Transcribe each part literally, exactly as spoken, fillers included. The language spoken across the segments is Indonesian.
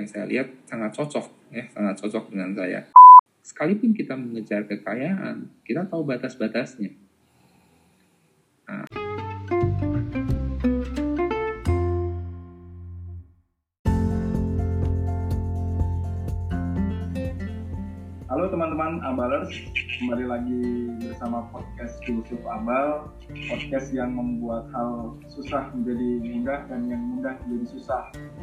yang saya lihat sangat cocok ya, sangat cocok dengan saya. Sekalipun kita mengejar kekayaan, kita tahu batas-batasnya. Nah. Halo teman-teman Abalers, kembali lagi bersama podcast Filosof Abal, podcast yang membuat hal susah menjadi mudah dan yang mudah menjadi susah.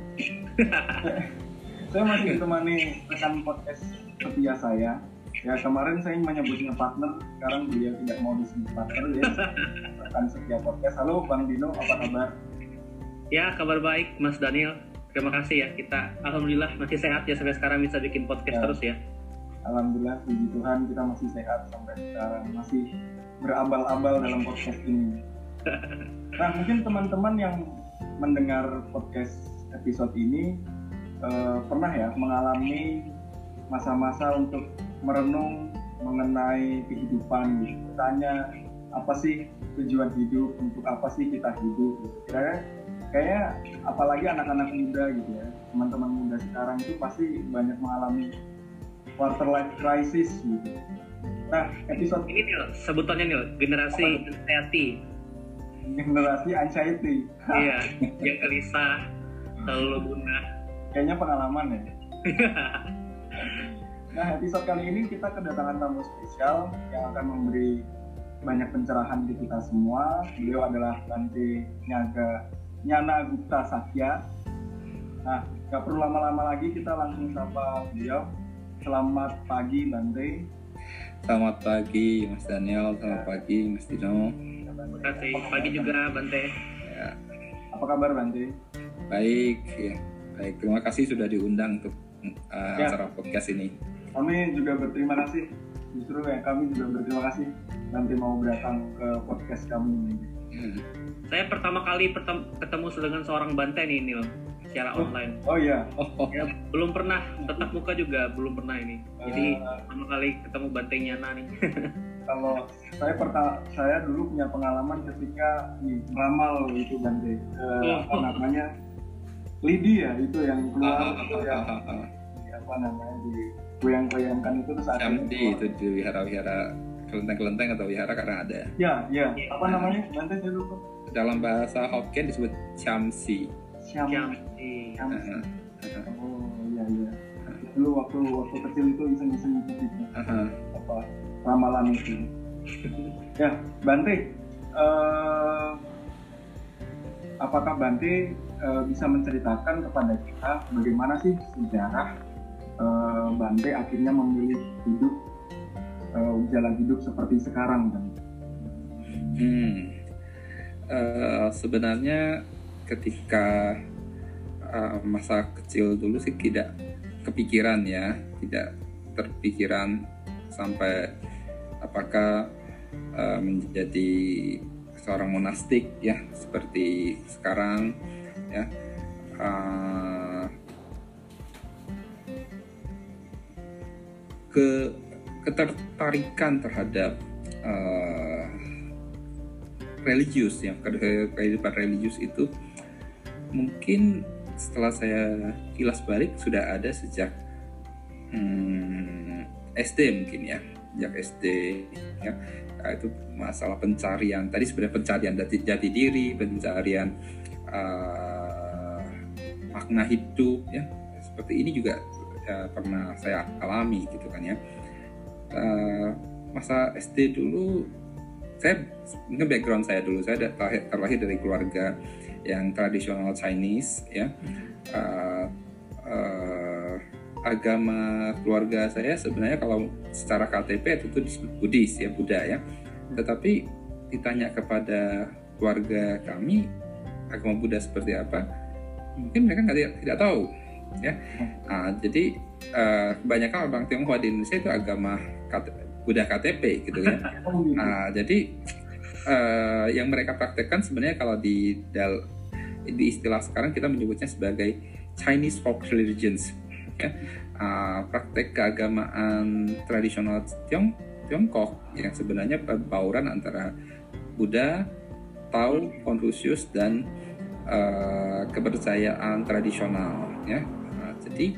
Saya masih ditemani rekan podcast setia saya. Ya kemarin saya menyebutnya partner, sekarang beliau tidak mau disebut partner ya. Rekan setia podcast. Halo Bang Dino, apa kabar? Ya kabar baik Mas Daniel. Terima kasih ya, kita alhamdulillah masih sehat ya sampai sekarang bisa bikin podcast ya. Terus ya. Alhamdulillah, puji Tuhan kita masih sehat sampai sekarang, masih berabal-abal dalam podcast ini. Nah, mungkin teman-teman yang mendengar podcast episode ini uh, pernah ya mengalami masa-masa untuk merenung mengenai kehidupan gitu. Tanya apa sih tujuan hidup, untuk apa sih kita hidup gitu. Kira-kira kayak apalagi anak-anak muda gitu ya, teman-teman muda sekarang itu pasti banyak mengalami quarter life crisis gitu. Nah, episode ini Nil, sebutannya Nil, generasi anxiety. Generasi anxiety. Iya, yang gelisah, selalu gundah. Kayaknya pengalaman ya. Nah, episode kali ini kita kedatangan tamu spesial yang akan memberi banyak pencerahan di kita semua. Beliau adalah Bante Nyaga Nyana Gupta Sakya. Nah, gak perlu lama-lama lagi, kita langsung sapa beliau. Selamat pagi Bante. Selamat pagi Mas Daniel, selamat ya. Pagi Mas Dino. Terima kasih. Pagi juga Bante. Ya. Apa kabar Bante? Baik, ya. Baik, terima kasih sudah diundang untuk uh, ya. acara podcast ini. Kami juga berterima kasih. Justru ya kami juga berterima kasih Bante mau datang ke podcast kami ini. Hmm. Saya pertama kali pertem- ketemu dengan seorang Bante nih Nil. Secara oh, online. Oh iya. Oh. Ya, belum pernah tatap muka juga belum pernah ini. Jadi uh, pertama kali ketemu Bante Nyana nih. Kalau saya pertama saya dulu punya pengalaman ketika di ramal itu Bante. Uh, oh. Apa namanya? Lidi ya itu yang keluar uh, uh, uh, yang uh, uh, uh. apa namanya di goyang-goyangkan itu terus ada itu di wihara-wihara kelenteng-kelenteng atau wihara karena ada. Ya, ya. Apa namanya? Bante saya lupa. Dalam bahasa Hokkien disebut Chamsi. Chamsi. Uh-huh. Oh iya iya. Dulu waktu waktu kecil itu iseng-iseng gitu. Uh-huh. Apa ramalan itu. Ya, Bante. Uh, apakah Bante uh, bisa menceritakan kepada kita bagaimana sih sejarah uh, Bante akhirnya memilih hidup uh, jalan hidup seperti sekarang, Bante? Hmm. Uh, sebenarnya ketika uh, masa kecil dulu sih tidak kepikiran ya, tidak terpikiran sampai apakah uh, menjadi seorang monastik ya seperti sekarang ya. Uh, ke ketertarikan terhadap uh, religius ya, kehidupan religius itu mungkin setelah saya kilas balik sudah ada sejak hmm, S D mungkin ya, sejak S D ya. Nah, itu masalah pencarian tadi sebenarnya pencarian jati, jati diri, pencarian uh, makna hidup ya, seperti ini juga ya, pernah saya alami gitu kan ya. Uh, masa S D dulu saya, ini background saya dulu, saya terlahir, terlahir dari keluarga yang tradisional Chinese ya. Uh, uh, agama keluarga saya sebenarnya kalau secara K T P itu disebut Buddhis ya, Buddha ya. Tetapi ditanya kepada keluarga kami agama Buddha seperti apa, mungkin mereka nggak tidak tahu ya. Uh, jadi uh, kebanyakan orang Tionghoa di Indonesia itu agama K T P, Buddha K T P gitu ya. Nah, jadi uh, yang mereka praktekkan sebenarnya kalau di dal, di istilah sekarang kita menyebutnya sebagai Chinese folk religions ya. Uh, praktek keagamaan tradisional Tiong Tiongkok yang sebenarnya bauran antara Buddha, Tao, Konfusius dan uh, kepercayaan tradisional ya. Nah, Jadi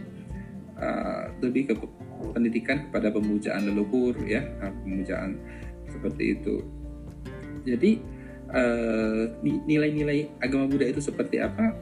uh, lebih ke pendidikan kepada pemujaan leluhur ya, pemujaan seperti itu. Jadi uh, nilai-nilai agama Buddha itu seperti apa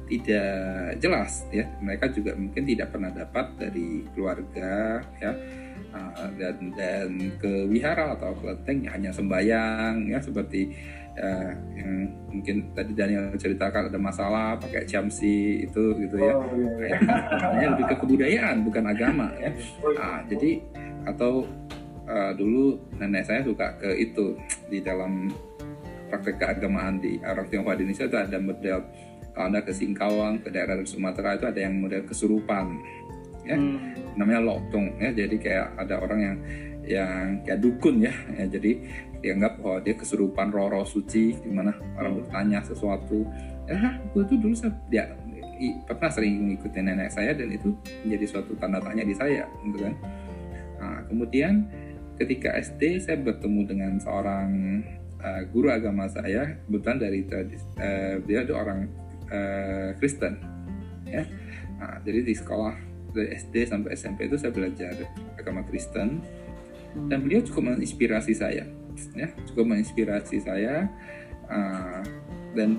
tidak jelas ya. Mereka juga mungkin tidak pernah dapat dari keluarga ya, uh, dan dan ke wihara atau kelenteng ya, hanya sembahyang ya, seperti uh, yang mungkin tadi Daniel ceritakan ada masalah pakai jamsi itu gitu ya. Oh, iya, iya. Kayak lebih ke kebudayaan bukan agama ya. Uh, jadi atau uh, dulu nenek saya suka ke itu di dalam praktek keagamaan di orang Tionghoa di Indonesia itu ada model. Kalau Anda ke Singkawang, ke daerah Sumatera itu ada yang model kesurupan, ya, hmm. namanya lotong, ya. Jadi kayak ada orang yang yang kayak dukun ya, ya. Jadi dianggap bahwa dia kesurupan roh-roh suci, di mana orang bertanya sesuatu. Ya, aku itu dulu saya ya, pernah sering mengikuti nenek saya dan itu menjadi suatu tanda tanya di saya, gitu kan. Nah, kemudian ketika S D saya bertemu dengan seorang uh, guru agama saya, kebetulan dari uh, dia ada orang Uh, Kristen ya. Nah, jadi di sekolah dari S D sampai S M P itu saya belajar agama Kristen dan beliau cukup menginspirasi saya ya, cukup menginspirasi saya uh, dan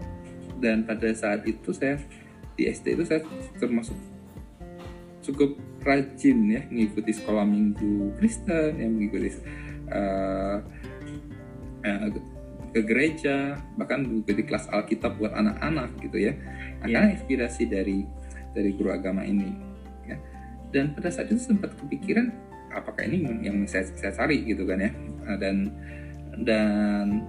dan pada saat itu saya di S D itu saya termasuk cukup rajin ya mengikuti sekolah minggu Kristen, yang mengikuti uh, uh, ke gereja, bahkan mengikuti kelas Alkitab buat anak-anak gitu ya. Nah, yeah. Karena inspirasi dari dari guru agama ini ya. Dan pada saat itu sempat kepikiran apakah ini yang saya, saya cari gitu kan ya. Dan dan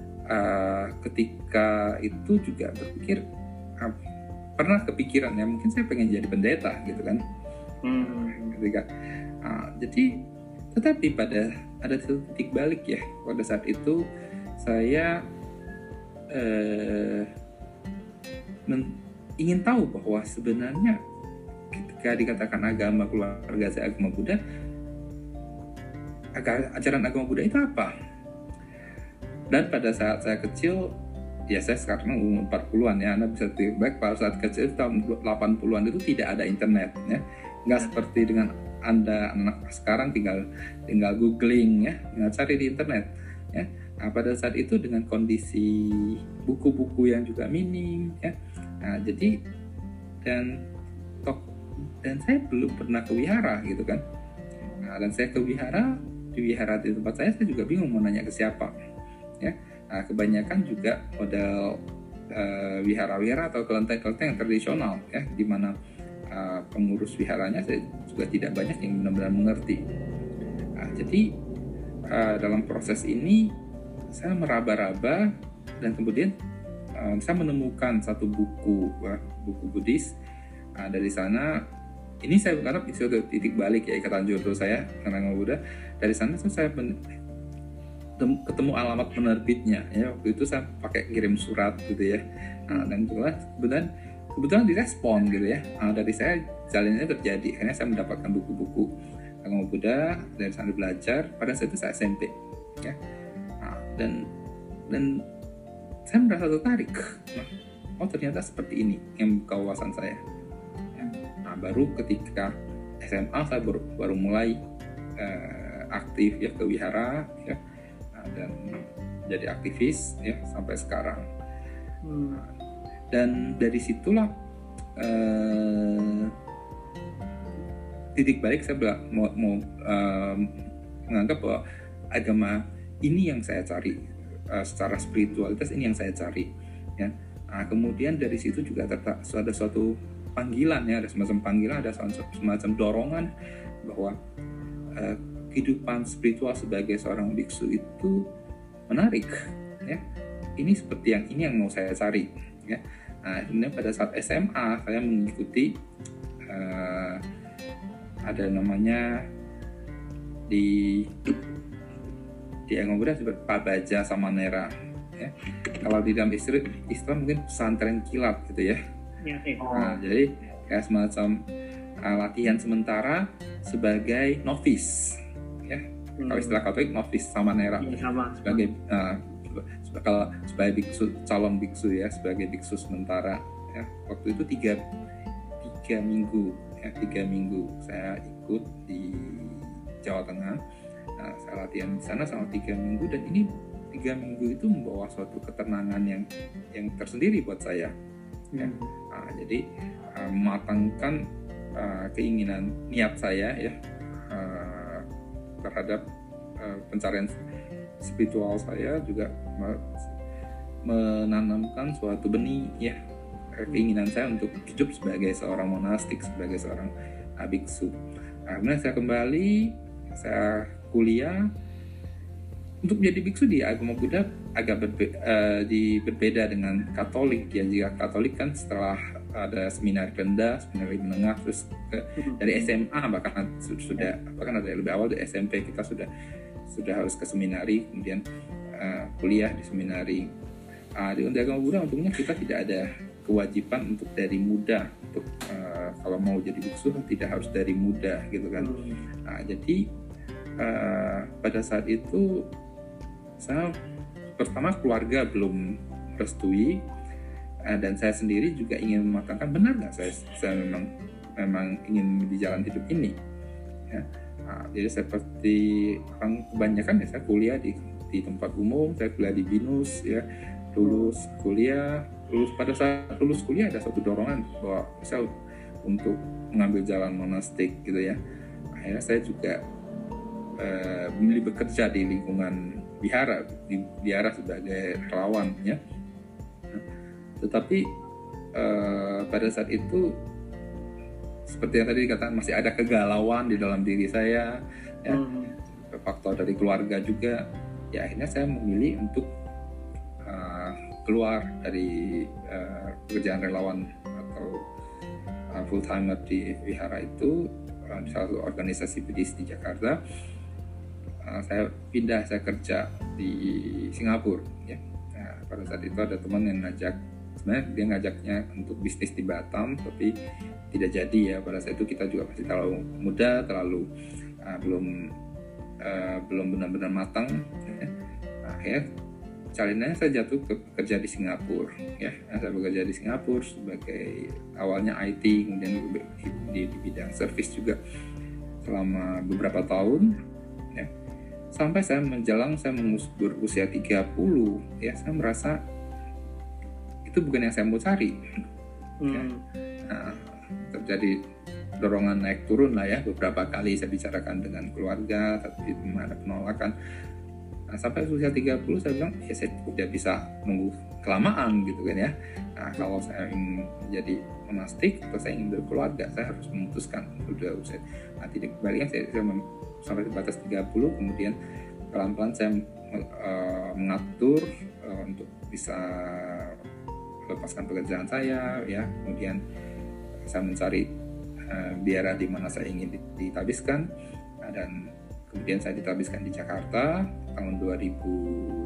uh, ketika itu juga berpikir uh, pernah kepikiran ya mungkin saya pengen jadi pendeta gitu kan. Hmm. Ketika uh, jadi tetapi pada ada satu titik balik ya pada saat itu saya eh, men- ingin tahu bahwa sebenarnya ketika dikatakan agama keluarga saya agama Buddha, agar ajaran agama Buddha itu apa? Dan pada saat saya kecil, ya saya sekarang umur empat puluhan ya, Anda bisa feedback pada saat kecil tahun delapan puluhan itu tidak ada internet ya, nggak seperti dengan Anda anak sekarang tinggal tinggal googling ya, tinggal cari di internet ya. Nah, pada saat itu dengan kondisi buku-buku yang juga minim ya, nah, jadi dan tok dan saya belum pernah ke wihara gitu kan. Nah, dan saya ke wihara di wihara di tempat saya saya juga bingung mau nanya ke siapa ya. Nah, kebanyakan juga model uh, wihara-wihara atau kelenteng-kelenteng yang tradisional ya, di mana uh, pengurus wiharanya saya juga tidak banyak yang benar-benar mengerti. Nah, jadi uh, dalam proses ini saya meraba-raba dan kemudian uh, saya menemukan satu buku uh, buku Buddhis. Uh, dari sana ini saya berharap itu titik balik ya ikatan jodoh saya karena agama Buddha. Dari sana saya men- ketemu alamat penerbitnya ya, waktu itu saya pakai kirim surat gitu ya. Nah, dan kebetulan kebetulan kebetulan direspon gitu ya. Nah, dari saya jalannya terjadi akhirnya saya mendapatkan buku-buku agama Buddha dari sana belajar. Pada saat itu saya S M P ya. dan dan saya merasa tertarik. Nah, oh ternyata seperti ini yang buka wawasan saya. Nah, baru ketika S M A saya baru, baru mulai uh, aktif ya ke wihara ya, nah, dan jadi aktivis ya sampai sekarang. Hmm. Nah, dan dari situlah uh, titik balik saya mau, mau uh, menganggap bahwa agama ini yang saya cari, uh, secara spiritualitas ini yang saya cari ya. Nah, kemudian dari situ juga terta- ada suatu panggilan ya, ada semacam panggilan, ada semacam dorongan bahwa uh, kehidupan spiritual sebagai seorang biksu itu menarik ya. Ini seperti yang ini yang mau saya cari ya. Nah, kemudian pada saat S M A saya mengikuti uh, ada namanya di di agama Buddha seperti Pabaja Samanera ya. Kalau di dalam istilah, istilah mungkin pesantren kilat gitu ya. Ya, ya. Nah, jadi kayak semacam uh, latihan sementara sebagai novice ya. Hmm. Kalau istilah Katolik novice Samanera ya, sama. Sebagai uh, kalau sebagai biksu, calon biksu ya, sebagai biksu sementara ya. Waktu itu tiga tiga minggu, ya tiga minggu saya ikut di Jawa Tengah. Nah, saya latihan di sana selama tiga minggu dan ini tiga minggu itu membawa suatu ketenangan yang yang tersendiri buat saya. Ya. Nah, jadi uh, mematangkan uh, keinginan niat saya ya uh, terhadap uh, pencarian spiritual saya, juga menanamkan suatu benih ya keinginan saya untuk hidup sebagai seorang monastik, sebagai seorang biksu. Nah, kemudian saya kembali, saya kuliah. Untuk menjadi biksu di agama Buddha agak berbe- uh, di, berbeda dengan Katolik ya. Jika Katolik kan setelah ada seminar rendah, seminar menengah, terus ke, dari S M A bahkan sudah bahkan ada lebih awal dari S M P kita sudah sudah harus ke seminari, kemudian uh, kuliah di seminari. Uh, di agama Buddha untungnya kita tidak ada kewajiban untuk dari muda, untuk uh, kalau mau jadi biksu tidak harus dari muda gitu kan. Nah, jadi uh, pada saat itu saya pertama keluarga belum restui, uh, dan saya sendiri juga ingin mematangkan benar nggak saya saya memang memang ingin di jalan hidup ini ya. Nah, jadi seperti orang kebanyakan ya, saya kuliah di di tempat umum, saya kuliah di BINUS ya, lulus kuliah, lulus pada saat lulus kuliah ada suatu dorongan bahwa saya untuk mengambil jalan monastik gitu ya. Akhirnya saya juga uh, memilih bekerja di lingkungan wihara, di wihara sebagai relawan ya. Nah, tetapi uh, pada saat itu seperti yang tadi dikatakan masih ada kegalauan di dalam diri saya ya. Hmm. Faktor dari keluarga juga ya, akhirnya saya memilih untuk uh, keluar dari uh, pekerjaan relawan atau uh, full timer di wihara itu, uh, di salah satu organisasi Buddhis di Jakarta. Uh, saya pindah, saya kerja di Singapura ya. Nah, pada saat itu ada teman yang ngajak, sebenarnya dia ngajaknya untuk bisnis di Batam, tapi tidak jadi ya. Pada saat itu kita juga masih terlalu muda, terlalu uh, belum uh, belum benar-benar matang ya. Nah, akhirnya calinanya saya jatuh ke kerja di Singapura ya. Nah, saya bekerja di Singapura sebagai awalnya I T, kemudian di, di, di bidang service juga selama beberapa tahun ya. Sampai saya menjelang saya berusia tiga puluh ya, saya merasa itu bukan yang saya mau cari. Hmm. Ya. Nah, terjadi dorongan naik turun lah ya, beberapa kali saya bicarakan dengan keluarga tapi ada penolakan. Nah, sampai usia tiga puluh saya bilang ya saya udah bisa nunggu kelamaan gitu kan ya. Nah, kalau saya ingin menjadi monastik atau saya ingin berkeluarga, saya harus memutuskan udah usia. Nah, tidak baliknya saya, saya mem- sampai batas tiga puluh, kemudian pelan-pelan saya uh, mengatur uh, untuk bisa melepaskan pekerjaan saya ya. Kemudian saya mencari uh, biara di mana saya ingin ditabiskan, uh, dan kemudian saya ditabiskan di Jakarta tahun dua ribu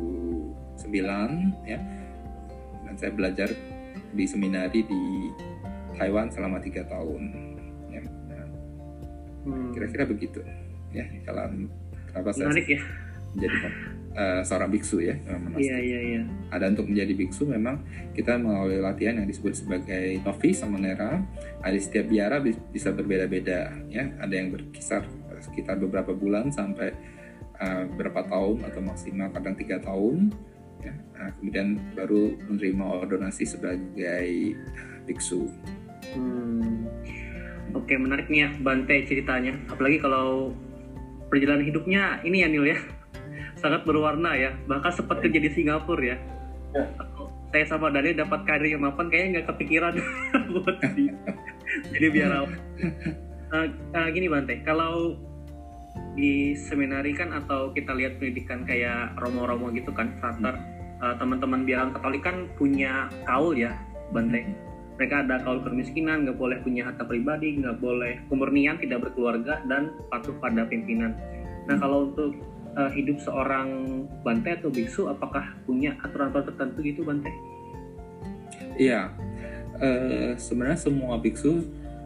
sembilan ya, dan saya belajar di seminari di Taiwan selama tiga tahun ya. Nah, hmm. kira-kira begitu ya, kalau kenapa saya menarik ya menjadi uh, seorang biksu ya. Iya iya iya. Ada untuk menjadi biksu memang kita melalui latihan yang disebut sebagai novice samanera. Ada setiap biara bisa berbeda-beda ya. Ada yang berkisar sekitar beberapa bulan sampai uh, berapa tahun atau maksimal kadang tiga tahun ya. Nah, kemudian baru menerima ordonasi sebagai biksu. Hmm. Oke, menarik nih ya Bante ceritanya. Apalagi kalau perjalanan hidupnya ini ya Nil ya, sangat berwarna ya. Bahkan sempat kerja di Singapura ya. Ya. Saya sama Daniel dapat karir yang mapan kayaknya nggak kepikiran buat jadi, jadi biarawan. Uh, uh, gini Bante, kalau di seminari kan atau kita lihat pendidikan kayak romo-romo gitu kan, frater, uh, teman-teman biarawan Katolik kan punya kaul ya Bante. Mereka ada kaul kemiskinan, nggak boleh punya harta pribadi, nggak boleh kemurnian, tidak berkeluarga, dan patuh pada pimpinan. Nah, kalau untuk uh, hidup seorang Bante atau biksu, apakah punya aturan-aturan tertentu gitu Bante? Iya, uh, sebenarnya semua biksu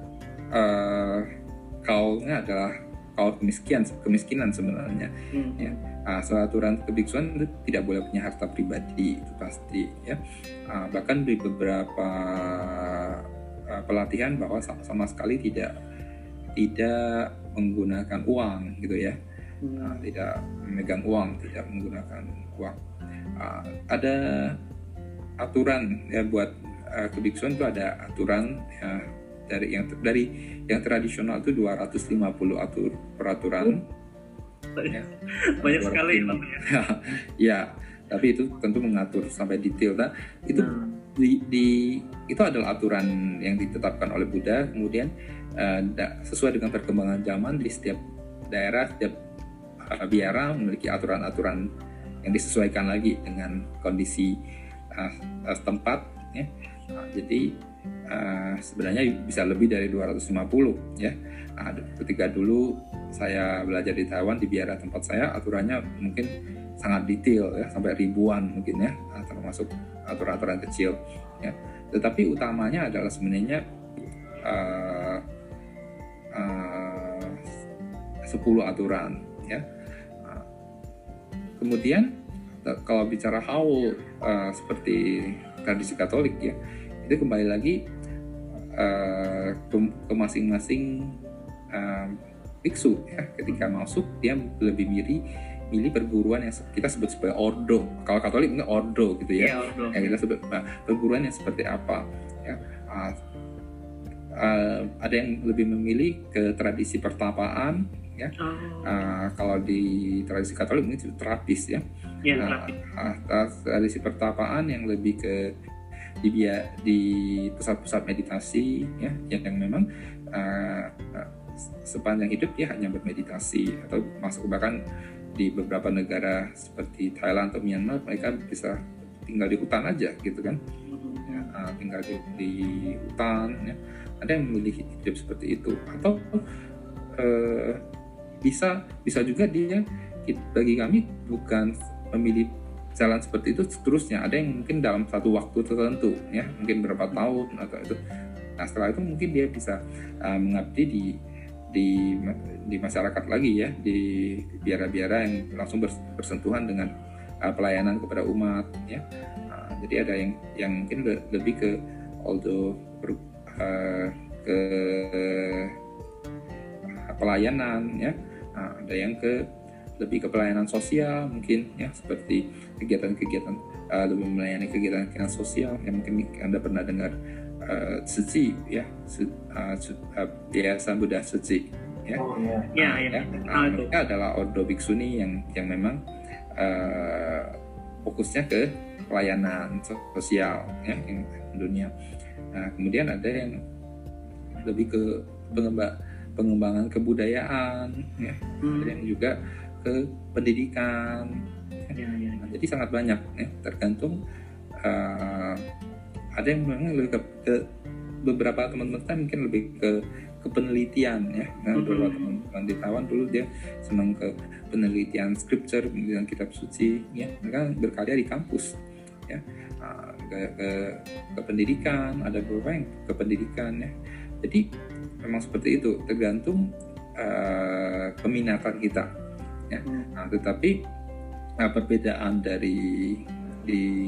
uh, kaulnya adalah kaul kemiskinan, kemiskinan sebenarnya. Hmm. Ya. Uh, soal aturan kebiksuan itu tidak boleh punya harta pribadi, itu pasti ya. Uh, bahkan di beberapa uh, pelatihan bahwa sama sekali tidak tidak menggunakan uang gitu ya, hmm. uh, tidak memegang uang, tidak menggunakan uang. Uh, ada aturan ya buat uh, kebiksuan itu ada aturan ya, dari yang dari yang tradisional itu dua ratus lima puluh atur peraturan. Ya, banyak sekali ya. Ya, tapi itu tentu mengatur sampai detail. Nah, itu hmm. di, di itu adalah aturan yang ditetapkan oleh Buddha. Kemudian uh, sesuai dengan perkembangan zaman di setiap daerah, setiap uh, biara memiliki aturan-aturan yang disesuaikan lagi dengan kondisi uh, uh, tempat. Ya. Nah, jadi uh, sebenarnya bisa lebih dari dua ratus lima puluh ya. Nah, ketika dulu saya belajar di Taiwan, di biara tempat saya, aturannya mungkin sangat detail ya, sampai ribuan mungkin ya, termasuk aturan-aturan kecil ya. Tetapi utamanya adalah sebenarnya uh, uh, sepuluh aturan ya. Uh, kemudian kalau bicara haul uh, seperti tradisi Katolik ya, itu kembali lagi uh, ke, ke masing-masing uh, biksu ya, ketika masuk dia lebih milih milih perguruan yang kita sebut sebagai ordo. Kalau Katolik mungkin ordo gitu ya. Yeah, yang kita sebut nah, perguruan yang seperti apa ya. Uh, uh, ada yang lebih memilih ke tradisi pertapaan ya. Oh. Uh, kalau di tradisi Katolik mungkin itu terapis ya. Yeah, uh, uh, tradisi pertapaan yang lebih ke di di pusat-pusat meditasi ya, yang memang uh, uh, sepanjang hidup dia hanya bermeditasi, atau masuk bahkan di beberapa negara seperti Thailand atau Myanmar mereka bisa tinggal di hutan aja gitu kan ya, uh, tinggal di, di hutan ya. Ada yang memilih hidup seperti itu, atau uh, bisa bisa juga dia, bagi kami bukan memilih jalan seperti itu seterusnya. Ada yang mungkin dalam satu waktu tertentu ya, mungkin berapa tahun atau itu. Nah setelah itu mungkin dia bisa uh, mengabdi di di di masyarakat lagi ya, di biara-biara yang langsung bersentuhan dengan uh, pelayanan kepada umat ya. Uh, jadi ada yang yang mungkin le- lebih ke although ber, uh, ke uh, pelayanan ya. Uh, ada yang ke lebih ke pelayanan sosial mungkin ya, seperti kegiatan-kegiatan uh, lebih melayani kegiatan-kegiatan sosial yang mungkin Anda pernah dengar uh, Tzu ya, uh, uh, Yayasan Buddha Tzu ya. Oh, ya. Ya, uh, ya. ya. Uh, mereka adalah ordo biksuni yang yang memang uh, fokusnya ke pelayanan sosial ya, yang dunia. Nah, kemudian ada yang lebih ke pengembang, pengembangan kebudayaan ya, hmm. dan juga ke pendidikan ya, ya, ya. Nah, jadi sangat banyak ya, tergantung uh, ada yang memang lebih ke, ke beberapa teman-teman kita mungkin lebih ke ke penelitian ya. Nah, mm-hmm. beberapa teman-teman di Taiwan dulu dia senang ke penelitian scripture, penelitian kitab suci ya, mereka berkarya di kampus ya. Uh, ke, ke ke pendidikan, ada beberapa yang ke pendidikan ya. Jadi memang seperti itu, tergantung uh, peminatan kita ya. Nah, tetapi uh, perbedaan dari di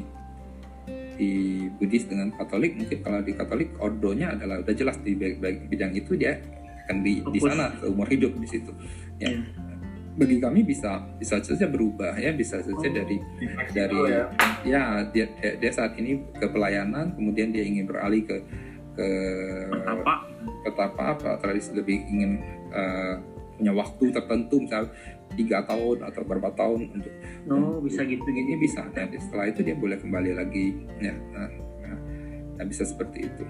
di Buddhis dengan Katolik, mungkin kalau di Katolik ordonya adalah udah jelas di bidang itu dia akan di di sana seumur hidup di situ ya. Yeah. Bagi kami bisa bisa saja berubah ya, bisa saja oh, dari dari ya, ya dia, dia, dia saat ini ke pelayanan, kemudian dia ingin beralih ke ke apa ke apa apa tradisi, lebih ingin uh, punya waktu tertentu misal tiga tahun atau berapa tahun untuk oh bisa gitu ini bisa. Nah, setelah itu dia boleh kembali lagi ya. Nah, nah, nah bisa seperti itu.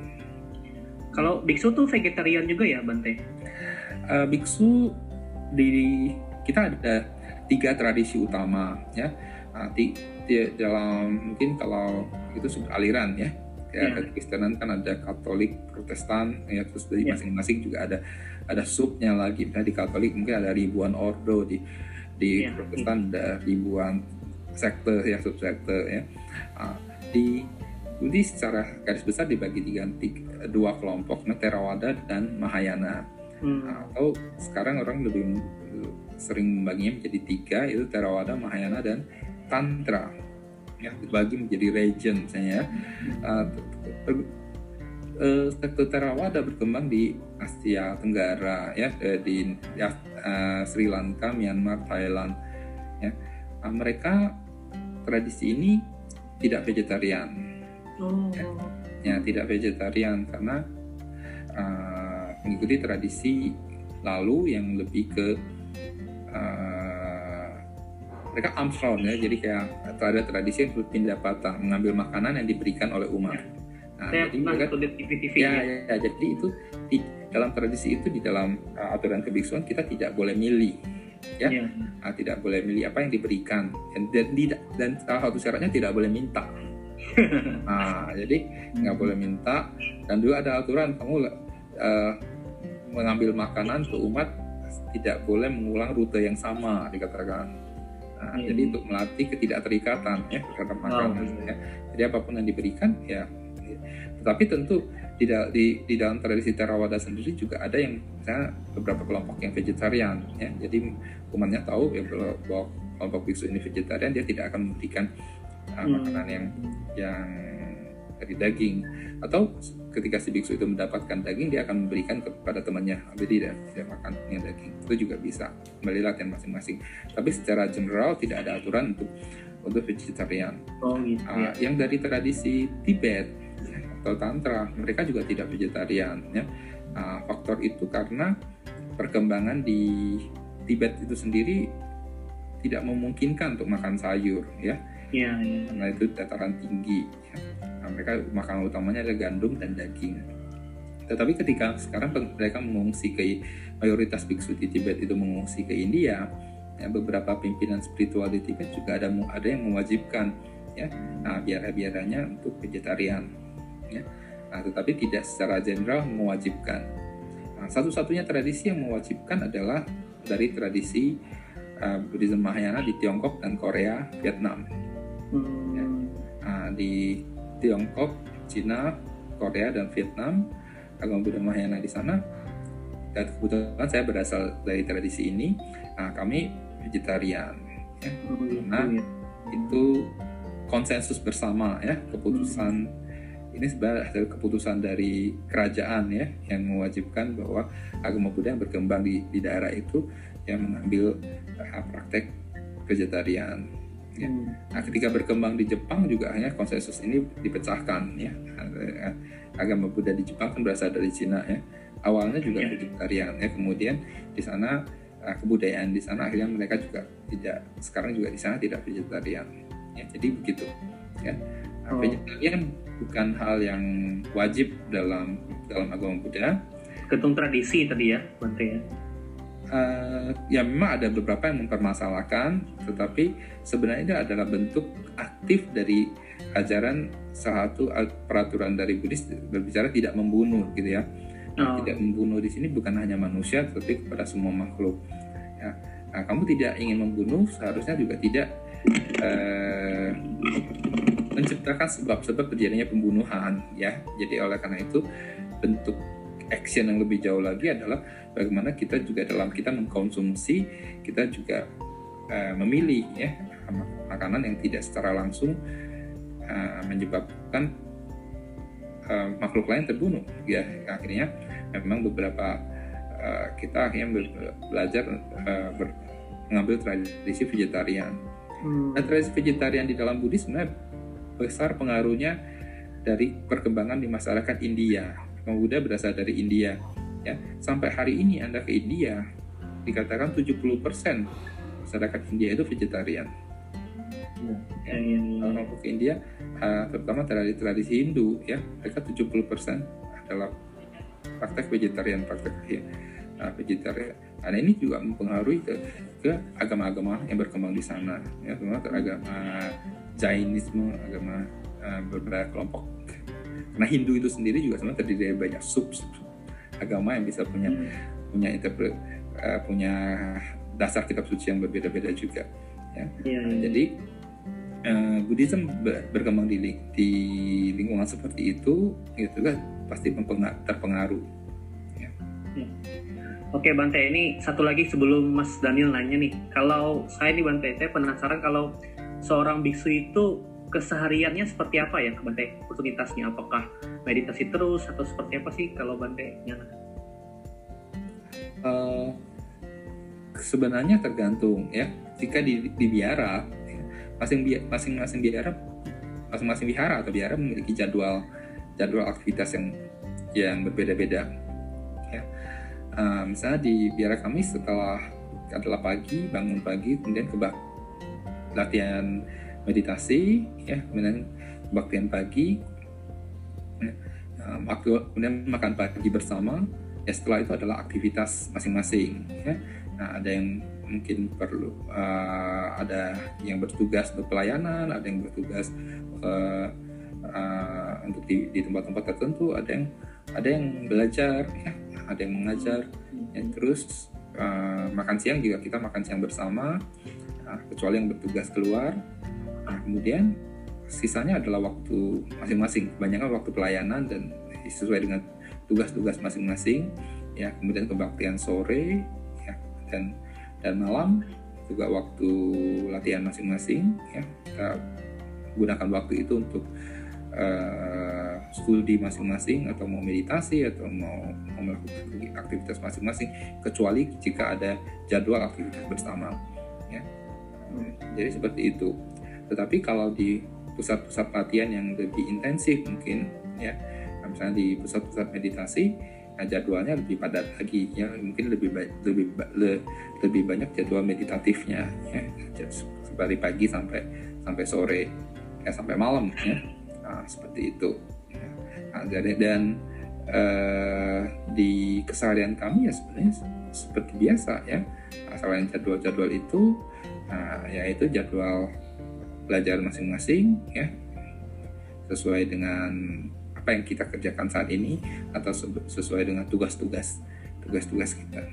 Kalau biksu tuh vegetarian juga ya Bante? Uh, biksu di kita ada tiga tradisi utama ya. Nah, di, di dalam mungkin kalau itu aliran ya. Ya, yeah. Kristenan kan ada Katolik, Protestan, ya, terus dari yeah. masing-masing juga ada ada subnya lagi. Nah, di Katolik mungkin ada ribuan ordo, di di yeah. Protestan ada ribuan sekte ya, subsekte ya. Nah, di Buddhis secara garis besar dibagi tiga, tiga dua kelompok, Theravada dan Mahayana. Hmm. Nah, atau sekarang orang lebih sering membaginya menjadi tiga, yaitu Theravada, Mahayana dan Tantra. Ya, dibagi menjadi region misalnya. Uh, uh, sekte Theravada berkembang di Asia Tenggara ya, di ya, uh, Sri Lanka, Myanmar, Thailand ya. Uh, mereka tradisi ini tidak vegetarian. Oh. Ya, ya tidak vegetarian karena uh, mengikuti tradisi lalu yang lebih ke uh, mereka Amsron ya, jadi kayak ada tradisi yang pindah patah, mengambil makanan yang diberikan oleh umat. Nah, Saya jadi pernah mereka, lihat T V-T V ya, ya. ya, ya, jadi itu di dalam tradisi itu, di dalam uh, aturan kebiksuan kita tidak boleh milih, ya, Ya. uh, tidak boleh milih apa yang diberikan, dan dan, tidak, dan salah satu syaratnya tidak boleh minta. Nah, jadi nggak boleh minta, dan juga ada aturan kamu uh, mengambil makanan ke umat tidak boleh mengulang rute yang sama dikatakan. Nah, Hmm. jadi untuk melatih ketidakterikatan ya terhadap makanan. Oh. Ya. Jadi apapun yang diberikan ya. Tetapi tentu di, di, di dalam tradisi Theravada sendiri juga ada yang misalnya beberapa kelompok yang vegetarian ya. Jadi umatnya tahu ya bahwa kelompok biksu ini vegetarian, dia tidak akan memberikan uh, Hmm. makanan yang yang dari daging, atau ketika si biksu itu mendapatkan daging dia akan memberikan kepada temannya, jadi tidak tidak makan yang daging. Itu juga bisa, kembali latihan masing-masing. Tapi secara general tidak ada aturan untuk untuk vegetarian. Oh gitu Uh, ya. yang dari tradisi Tibet ya, atau Tantra, mereka juga tidak vegetarian ya. Uh, faktor itu karena perkembangan di Tibet itu sendiri tidak memungkinkan untuk makan sayur ya, Iya, iya. karena itu dataran tinggi ya. Nah, mereka makanan utamanya adalah gandum dan daging. Tetapi ketika sekarang mereka mengungsi ke, mayoritas biksu di Tibet itu mengungsi ke India ya, beberapa pimpinan spiritual di Tibet juga ada ada yang mewajibkan ya, nah, biara-biaranya untuk vegetarian ya. Nah, tetapi tidak secara general mewajibkan. Nah, satu-satunya tradisi yang mewajibkan adalah dari tradisi uh, Buddhism Mahayana di Tiongkok dan Korea, Vietnam. Hmm. Ya. Nah, di Tiongkok, Cina, Korea, dan Vietnam, agama Buddha Mahayana di sana. Dan kebetulan saya berasal dari tradisi ini. Nah, kami vegetarian. Ya. Oh, gitu, Nah, ya. itu konsensus bersama ya, keputusan ini sebenarnya adalah keputusan dari kerajaan ya, yang mewajibkan bahwa agama Buddha yang berkembang di, di daerah itu yang mengambil uh, praktek vegetarian. Ya. Hmm. Nah, ketika berkembang di Jepang juga hanya konsensus ini dipecahkan ya. Agama Buddha di Jepang kan berasal dari Cina ya. Awalnya juga Ya. vegetarian ya, kemudian di sana uh, kebudayaan di sana akhirnya mereka juga tidak, sekarang juga di sana tidak vegetarian. Ya, jadi begitu ya. Nah, Oh. vegetarian bukan hal yang wajib dalam dalam agama Buddha. Ketung tradisi tadi ya, Bante ya. Uh, ya memang ada beberapa yang mempermasalahkan, tetapi sebenarnya ini adalah bentuk aktif dari ajaran salah satu peraturan dari Buddhis berbicara tidak membunuh gitu ya. Oh. Tidak membunuh di sini bukan hanya manusia, tetapi kepada semua makhluk. Ya. Nah, kamu tidak ingin membunuh, seharusnya juga tidak uh, menciptakan sebab-sebab terjadinya pembunuhan ya. Jadi oleh karena itu bentuk action yang lebih jauh lagi adalah bagaimana kita juga dalam kita mengkonsumsi, kita juga uh, memilih ya makanan yang tidak secara langsung uh, menyebabkan uh, makhluk lain terbunuh ya. Akhirnya memang beberapa uh, kita akhirnya be- belajar uh, ber- mengambil tradisi vegetarian. Hmm. Nah, tradisi vegetarian di dalam Buddhis sebenarnya besar pengaruhnya dari perkembangan di masyarakat India. Buddha berasal dari India ya. Sampai hari ini Anda ke India dikatakan tujuh puluh persen masyarakat India itu vegetarian. Ya. Ya. Ya, ya, ya. Kalau kamu ke India, uh, terutama tradisi tradisi Hindu ya, mereka tujuh puluh persen adalah praktek vegetarian, praktek ya, uh, vegetarian. Nah, ini juga mempengaruhi ke, ke agama-agama yang berkembang di sana ya, terutama agama Jainisme, agama uh, beberapa kelompok. Karena Hindu itu sendiri juga sebenarnya terdiri dari banyak sub, sub agama yang bisa punya Hmm. punya interpret uh, punya dasar kitab suci yang berbeda-beda juga ya. Ya, Nah, ya. jadi uh, Buddhism ber- berkembang di, ling- di lingkungan seperti itu itu kan pasti mempenga- terpengaruh ya. Oke Bante, ini satu lagi sebelum Mas Daniel nanya nih. Kalau saya nih Bante, saya penasaran kalau seorang biksu itu kesehariannya seperti apa ya Bante? Rutinitasnya apakah meditasi terus atau seperti apa sih kalau Bante nyana? Uh, sebenarnya tergantung ya. Jika di, di biara, ya, masing-masing masing biara, masing-masing wihara atau biara memiliki jadwal jadwal aktivitas yang yang berbeda-beda. Ya. Uh, misalnya di biara kami setelah adalah pagi, bangun pagi, kemudian ke latihan meditasi, ya, kemudian kebaktian pagi, ya, uh, kemudian makan pagi bersama. Ya, setelah itu adalah aktivitas masing-masing. Ya. Nah, ada yang mungkin perlu uh, ada yang bertugas untuk pelayanan, ada yang bertugas uh, uh, untuk di, di tempat-tempat tertentu, ada yang ada yang belajar, ya, ada yang mengajar. Ya, terus uh, makan siang juga kita makan siang bersama, uh, kecuali yang bertugas keluar. Nah, kemudian sisanya adalah waktu masing-masing, kebanyakan waktu pelayanan dan sesuai dengan tugas-tugas masing-masing, ya. Kemudian kebaktian sore, ya, dan dan malam juga waktu latihan masing-masing, ya. Kita gunakan waktu itu untuk uh, studi masing-masing atau mau meditasi atau mau, mau melakukan aktivitas masing-masing, kecuali jika ada jadwal aktivitas bersama, ya. Jadi seperti itu. Tetapi kalau di pusat-pusat latihan yang lebih intensif mungkin, ya, misalnya di pusat-pusat meditasi, nah jadwalnya lebih padat lagi, ya, mungkin lebih ba- lebih ba- le- lebih banyak jadwal meditatifnya, ya, dari pagi sampai sampai sore, ya, sampai malam, ya. Nah, seperti itu. Ya. Nah, jadi dan uh, di keseharian kami ya sebenarnya seperti biasa, ya, nah, selain jadwal-jadwal itu, nah, yaitu jadwal belajar masing-masing, ya, sesuai dengan apa yang kita kerjakan saat ini atau sesuai dengan tugas-tugas tugas-tugas kita.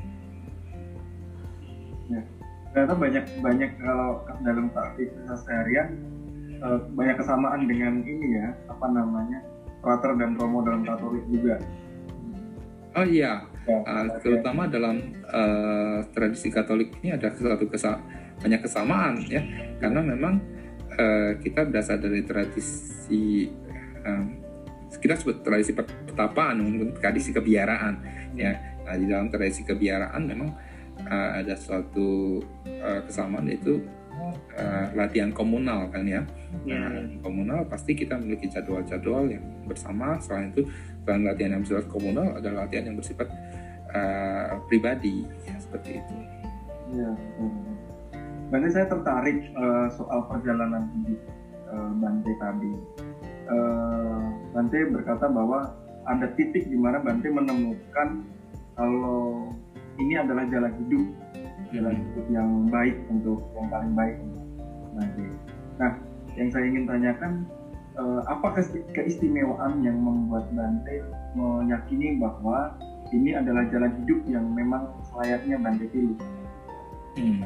Ya, ternyata banyak banyak kalau dalam aktivitas seharian banyak kesamaan dengan ini ya, apa namanya, Frater dan Romo dalam Katolik juga. Oh iya, ya, uh, terutama ya. Dalam uh, tradisi Katolik ini ada satu kesa- banyak kesamaan, ya, karena memang uh, kita berasal dari tradisi um, kita sebut tradisi pertapaan, mungkin tradisi kebiaraan, ya. Nah, di dalam tradisi kebiaraan memang uh, ada suatu uh, kesamaan, yaitu uh, latihan komunal, kan, ya. Yeah. Nah, komunal pasti kita memiliki jadwal-jadwal yang bersama. Selain itu, selain latihan yang bersifat komunal, ada latihan yang bersifat uh, pribadi, ya, seperti itu. Ya, Bante, saya tertarik uh, soal perjalanan hidup uh, Bante tadi. Uh, Bante berkata bahwa ada titik di mana Bante menemukan kalau ini adalah jalan hidup, jalan hidup yang baik untuk yang paling baik untuk Bante. Nah, yang saya ingin tanyakan, uh, apa keistimewaan yang membuat Bante meyakini bahwa ini adalah jalan hidup yang memang selayaknya Bante pilih? Hmm.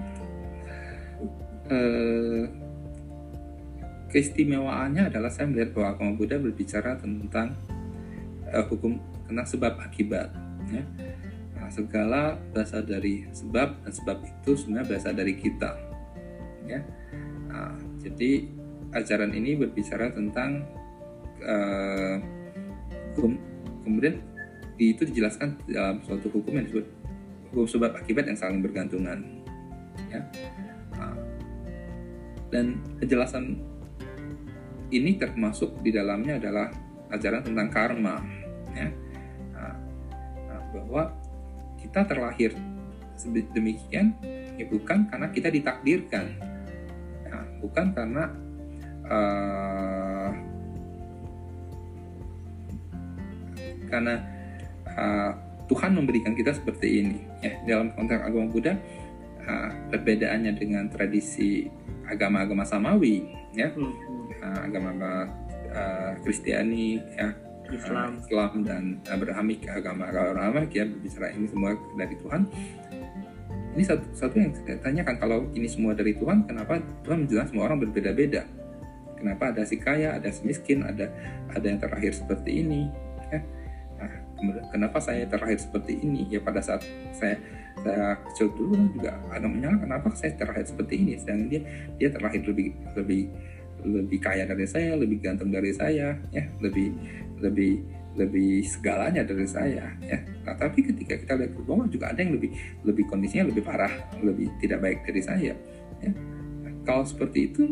Uh... Keistimewaannya adalah saya melihat bahwa agama Buddha berbicara tentang uh, hukum tentang sebab akibat, ya. Nah, segala berasal dari sebab, dan sebab itu sebenarnya berasal dari kita, ya. Nah, jadi ajaran ini berbicara tentang uh, hukum, kemudian itu dijelaskan dalam suatu hukum yang disebut hukum sebab akibat yang saling bergantungan, ya. Nah, dan penjelasan ini termasuk di dalamnya adalah ajaran tentang karma, ya. Nah, nah, bahwa kita terlahir demikian ya bukan karena kita ditakdirkan, nah, bukan karena uh, karena uh, Tuhan memberikan kita seperti ini, ya. Dalam konteks agama Buddha, uh, perbedaannya dengan tradisi agama-agama samawi, ya. Hmm. agama uh, Kristiani, ya, Islam, uh, Islam dan Abrahamik, agama Abrahamik, ya, berbicara ini semua dari Tuhan. Ini satu, satu yang saya tanyakan, kalau ini semua dari Tuhan, kenapa Tuhan menjelaskan semua orang berbeda-beda? Kenapa ada si kaya, ada si miskin, ada ada yang terlahir seperti ini, ya? Nah, kenapa saya terlahir seperti ini? Ya, pada saat saya saya kecil dulu juga ada menyala, kenapa saya terlahir seperti ini? Sedangkan dia dia terlahir lebih lebih lebih kaya dari saya, lebih ganteng dari saya, ya, lebih lebih lebih segalanya dari saya, ya. Nah, tapi ketika kita lihat ke bawah juga ada yang lebih lebih kondisinya lebih parah, lebih tidak baik dari saya, ya. Nah, kalau seperti itu,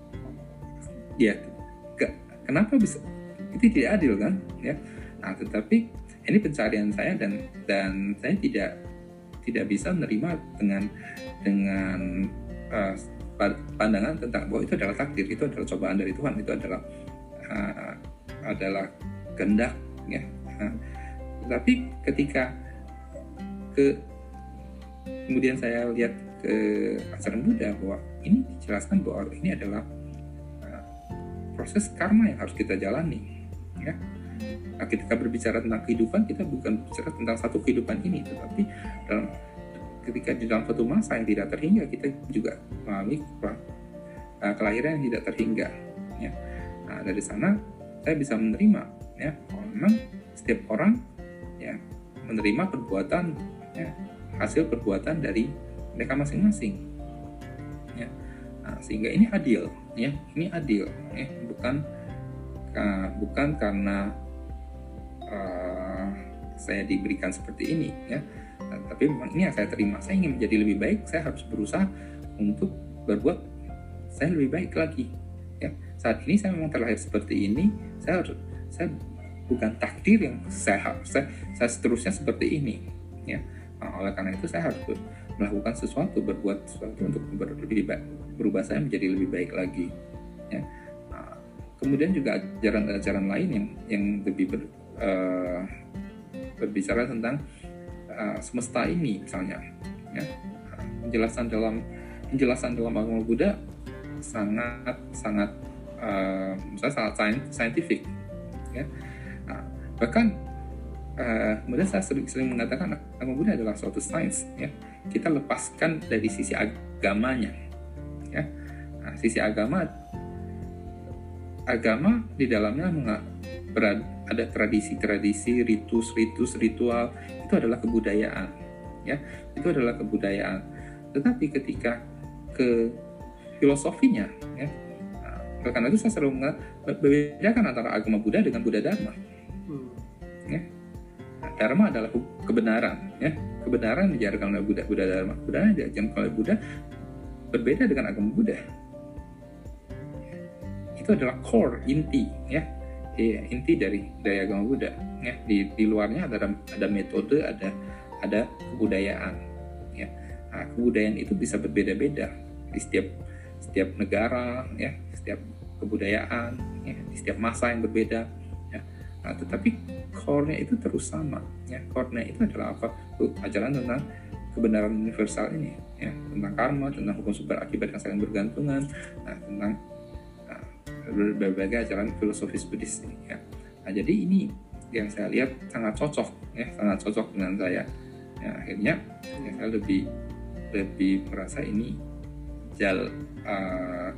ya, ke, kenapa bisa itu tidak adil kan, ya? Nah, tetapi ini pencarian saya dan dan saya tidak tidak bisa menerima dengan dengan uh, pandangan tentang bahwa itu adalah takdir, itu adalah cobaan dari Tuhan, itu adalah uh, adalah kehendak, ya. Nah, tapi ketika ke kemudian saya lihat ke ajaran Buddha bahwa ini dijelaskan bahwa ini adalah uh, proses karma yang harus kita jalani, ya. Nah, ketika berbicara tentang kehidupan, kita bukan bicara tentang satu kehidupan ini, tetapi dalam ketika di dalam suatu masa yang tidak terhingga, kita juga mengalami uh, kelahiran yang tidak terhingga, ya. Nah, dari sana saya bisa menerima, ya, memang setiap orang, ya, menerima perbuatan, ya, hasil perbuatan dari mereka masing-masing, ya. Nah, sehingga ini adil, ya, ini adil, ya, bukan uh, bukan karena uh, saya diberikan seperti ini, ya. Nah, tapi memang ini yang saya terima. Saya ingin menjadi lebih baik, saya harus berusaha untuk berbuat saya lebih baik lagi, ya. Saat ini saya memang terlahir seperti ini, saya harus saya bukan takdir yang saya harus saya, saya seterusnya seperti ini, ya. Nah, oleh karena itu saya harus melakukan sesuatu, berbuat sesuatu untuk ber, lebih baik, berubah saya menjadi lebih baik lagi, ya. Nah, kemudian juga ajaran-ajaran lain yang yang lebih ber, uh, berbicara tentang uh, semesta ini, misalnya, ya. Penjelasan dalam penjelasan dalam agama Buddha sangat sangat uh, misalnya sangat saintifik, ya. Nah, bahkan uh, kemudian saya sering, sering mengatakan agama Buddha adalah suatu sains, ya. Kita lepaskan dari sisi agamanya, ya. Nah, sisi agama agama di dalamnya berada, ada tradisi-tradisi, ritus-ritus, ritual, itu adalah kebudayaan, ya. Itu adalah kebudayaan. Tetapi ketika ke filosofinya, ya, nah, karena itu saya selalu membedakan antara agama Buddha dengan Buddha Dharma, hmm. ya. Nah, Dharma adalah kebenaran, ya. Kebenaran diajarkan oleh Buddha, Buddha Dharma. Kebenaran diajarkan oleh Buddha berbeda dengan agama Buddha. Itu adalah core, inti, ya, ya inti dari dari agama Buddha, ya. Di, di luarnya ada ada metode, ada ada kebudayaan, ya. Nah, kebudayaan itu bisa berbeda-beda di setiap setiap negara, ya, setiap kebudayaan, ya, di setiap masa yang berbeda, ya. Nah, tetapi core-nya itu terus sama, ya. Core-nya itu adalah apa? Ajaran tentang kebenaran universal ini, ya, tentang karma, tentang hukum sebab akibat yang saling bergantungan, nah, tentang nah, berbagai ajaran filosofis Buddhis ini, ya. Nah, jadi ini yang saya lihat sangat cocok, ya, sangat cocok dengan saya. Ya, akhirnya ya, saya lebih lebih merasa ini jal uh,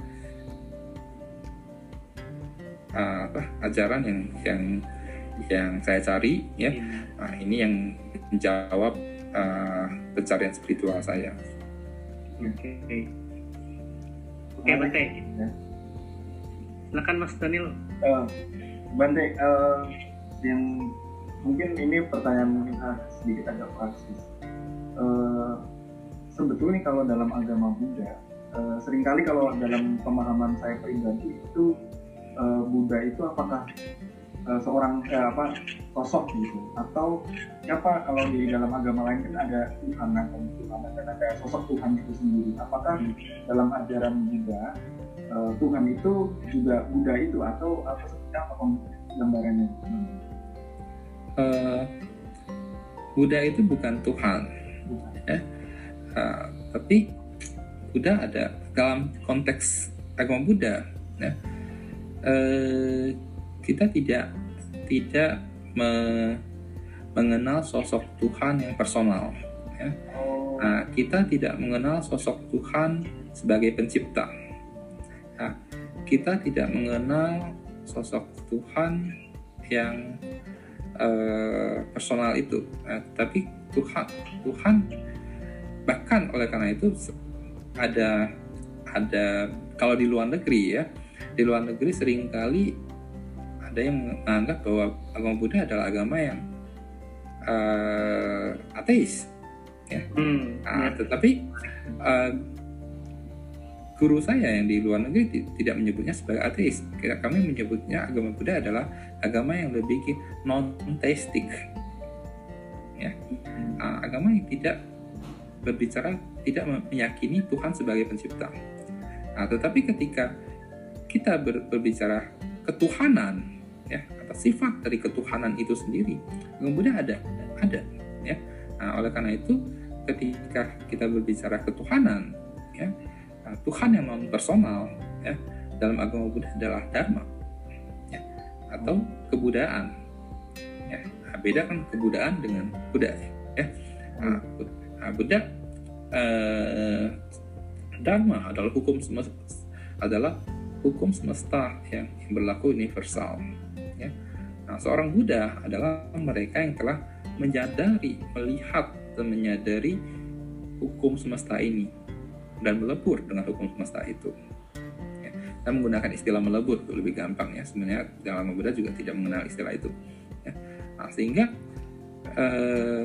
uh, apa ajaran yang yang yang saya cari, ya. Nah, ini yang menjawab uh, pencarian spiritual saya. Oke, okay. Oke, okay, Bante. Silakan Mas Daniel. Uh, Bante, uh, yang mungkin ini pertanyaan mungkin sedikit agak praktis. Uh, sebetulnya kalau dalam agama Buddha, uh, seringkali kalau dalam pemahaman saya pribadi itu uh, Buddha itu apakah uh, seorang eh, apa sosok gitu, atau siapa? Kalau di dalam agama lain kan ada Tuhan, ada Tuhan, dan ada sosok Tuhan itu sendiri. Apakah dalam ajaran Buddha uh, Tuhan itu juga Buddha itu, atau apa seperti apa gambarannya? Hmm. Uh, Buddha itu bukan Tuhan, ya. Uh, tapi Buddha ada dalam konteks agama Buddha, ya. Uh, kita tidak tidak me, mengenal sosok Tuhan yang personal, ya. Uh, kita tidak mengenal sosok Tuhan sebagai pencipta. Nah, kita tidak mengenal sosok Tuhan yang uh, personal itu, uh, tapi Tuhan Tuhan bahkan oleh karena itu ada ada kalau di luar negeri, ya, Di luar negeri seringkali ada yang menganggap bahwa agama Buddha adalah agama yang uh, ateis, ya. Hmm, Nah, ya. tetapi uh, guru saya yang di luar negeri t- tidak menyebutnya sebagai ateis. Kami menyebutnya agama Buddha adalah agama yang lebih non-theistic, ya. Uh, agama yang tidak berbicara, tidak meyakini Tuhan sebagai pencipta. Nah, tetapi ketika kita ber- berbicara ketuhanan, ya, atau sifat dari ketuhanan itu sendiri, agama Buddha ada, ada, ya. Nah, oleh karena itu, ketika kita berbicara ketuhanan, ya, nah, Tuhan yang non personal, ya, dalam agama Buddha adalah dharma, ya, atau kebudayaan, ya. Nah, beda kan kebudayaan dengan Buddha, ya. Nah, Nah, Buddha eh, dharma adalah hukum semesta, adalah hukum semesta yang, yang berlaku universal, ya. Nah, seorang Buddha adalah mereka yang telah menyadari, melihat dan menyadari hukum semesta ini dan melebur dengan hukum semesta itu, ya. Dan menggunakan istilah melebur itu lebih gampang, ya. Sebenarnya dalam Buddha juga tidak mengenal istilah itu, ya. Nah, sehingga eh,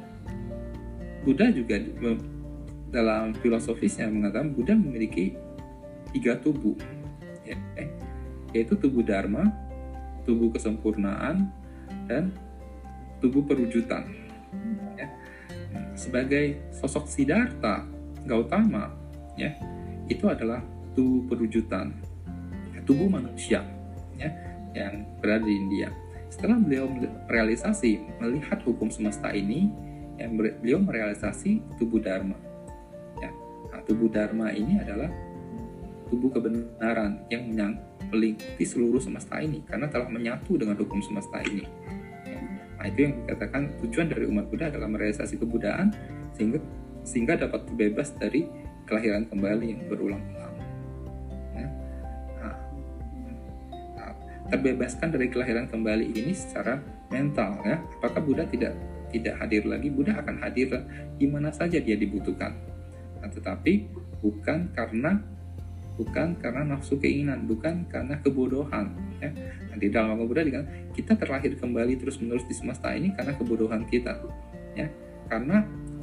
Buddha juga dalam filosofisnya mengatakan Buddha memiliki tiga tubuh, ya, yaitu tubuh dharma, tubuh kesempurnaan, dan tubuh perwujudan, ya. Sebagai sosok Siddhartha Gautama, ya, itu adalah tubuh perwujudan, ya, tubuh manusia, ya, yang berada di India. Setelah beliau realisasi melihat hukum semesta ini, yang beliau merealisasi tubuh dharma, ya. Nah, tubuh dharma ini adalah tubuh kebenaran yang meliputi seluruh semesta ini karena telah menyatu dengan hukum semesta ini, ya. Nah, itu yang dikatakan tujuan dari umat Buddha adalah merealisasi kebudayaan sehingga sehingga dapat terbebas dari kelahiran kembali yang berulang-ulang, ya. Nah, nah, terbebaskan dari kelahiran kembali ini secara mental, ya. Apakah Buddha tidak tidak hadir lagi? Buddha akan hadir di mana saja dia dibutuhkan, nah, tetapi bukan karena bukan karena nafsu keinginan, bukan karena kebodohan, ya. Nah, di dalam agama Buddha dikatakan kita terlahir kembali terus menerus di semesta ini karena kebodohan kita, ya, karena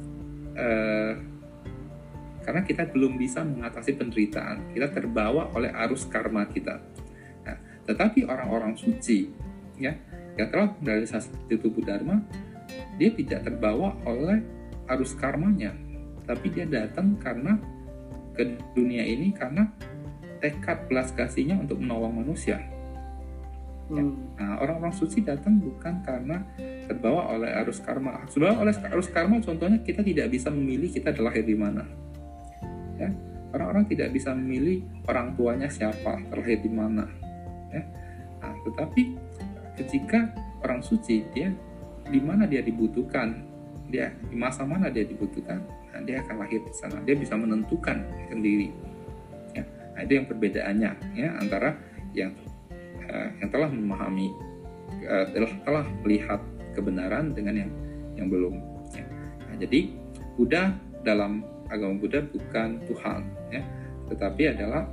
eh, karena kita belum bisa mengatasi penderitaan, kita terbawa oleh arus karma kita. Nah, tetapi orang-orang suci, ya, yang telah merealisasi tubuh dharma, dia tidak terbawa oleh arus karmanya, tapi dia datang karena ke dunia ini karena tekad belas kasihnya untuk menolong manusia, ya. Nah, orang-orang suci datang bukan karena terbawa oleh arus karma. Sebenarnya oleh arus karma, contohnya kita tidak bisa memilih kita terlahir di mana, ya. Orang-orang tidak bisa memilih orang tuanya siapa, terlahir di mana, ya. Nah, tetapi ketika orang suci, dia di mana dia dibutuhkan, dia di masa mana dia dibutuhkan, nah, dia akan lahir di sana. Dia bisa menentukan sendiri, ya. Nah, itu yang perbedaannya, ya, antara yang uh, yang telah memahami, uh, telah telah melihat kebenaran dengan yang yang belum, ya. Nah, jadi Buddha dalam agama Buddha bukan Tuhan, ya, tetapi adalah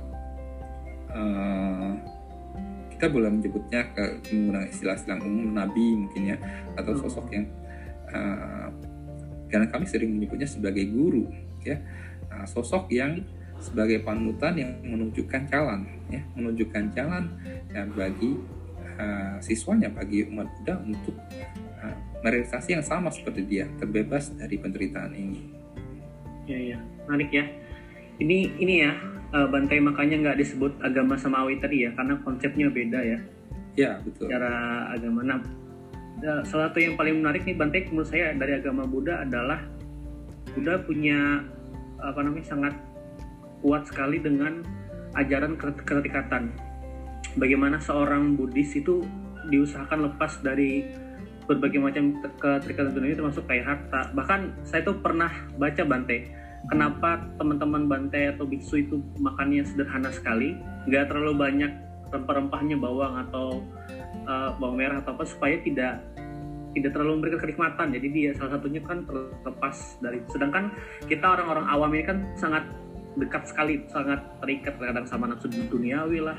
uh, kita boleh menyebutnya ke menggunakan istilah-istilah umum nabi mungkin, ya, atau sosok yang uh, karena kami sering menyebutnya sebagai guru, ya. Nah, sosok yang sebagai panutan yang menunjukkan jalan, ya, menunjukkan jalan, ya, bagi uh, siswanya, bagi umat Buddha untuk uh, merealisasi yang sama seperti dia, terbebas dari penderitaan ini. Ya, ya, menarik, ya. Ini ini ya. Uh, Bantai, makanya nggak disebut agama samawi tadi, ya, karena konsepnya beda, ya. Ya, betul. Cara agama. Nah, salah satu yang paling menarik nih Bantai menurut saya dari agama Buddha adalah Buddha punya apa namanya sangat kuat sekali dengan ajaran keterikatan. Bagaimana seorang Buddhis itu diusahakan lepas dari berbagai macam keterikatan dunia, termasuk kayak harta. Bahkan saya tuh pernah baca, Bantai, kenapa teman-teman Bantai atau biksu itu makannya sederhana sekali, nggak terlalu banyak rempah-rempahnya, bawang atau uh, bawang merah atau apa, supaya tidak tidak terlalu memberikan kenikmatan. Jadi dia salah satunya kan terlepas dari. Sedangkan kita orang-orang awam ini kan sangat dekat sekali, sangat terikat kadang sama nafsu duniawi lah,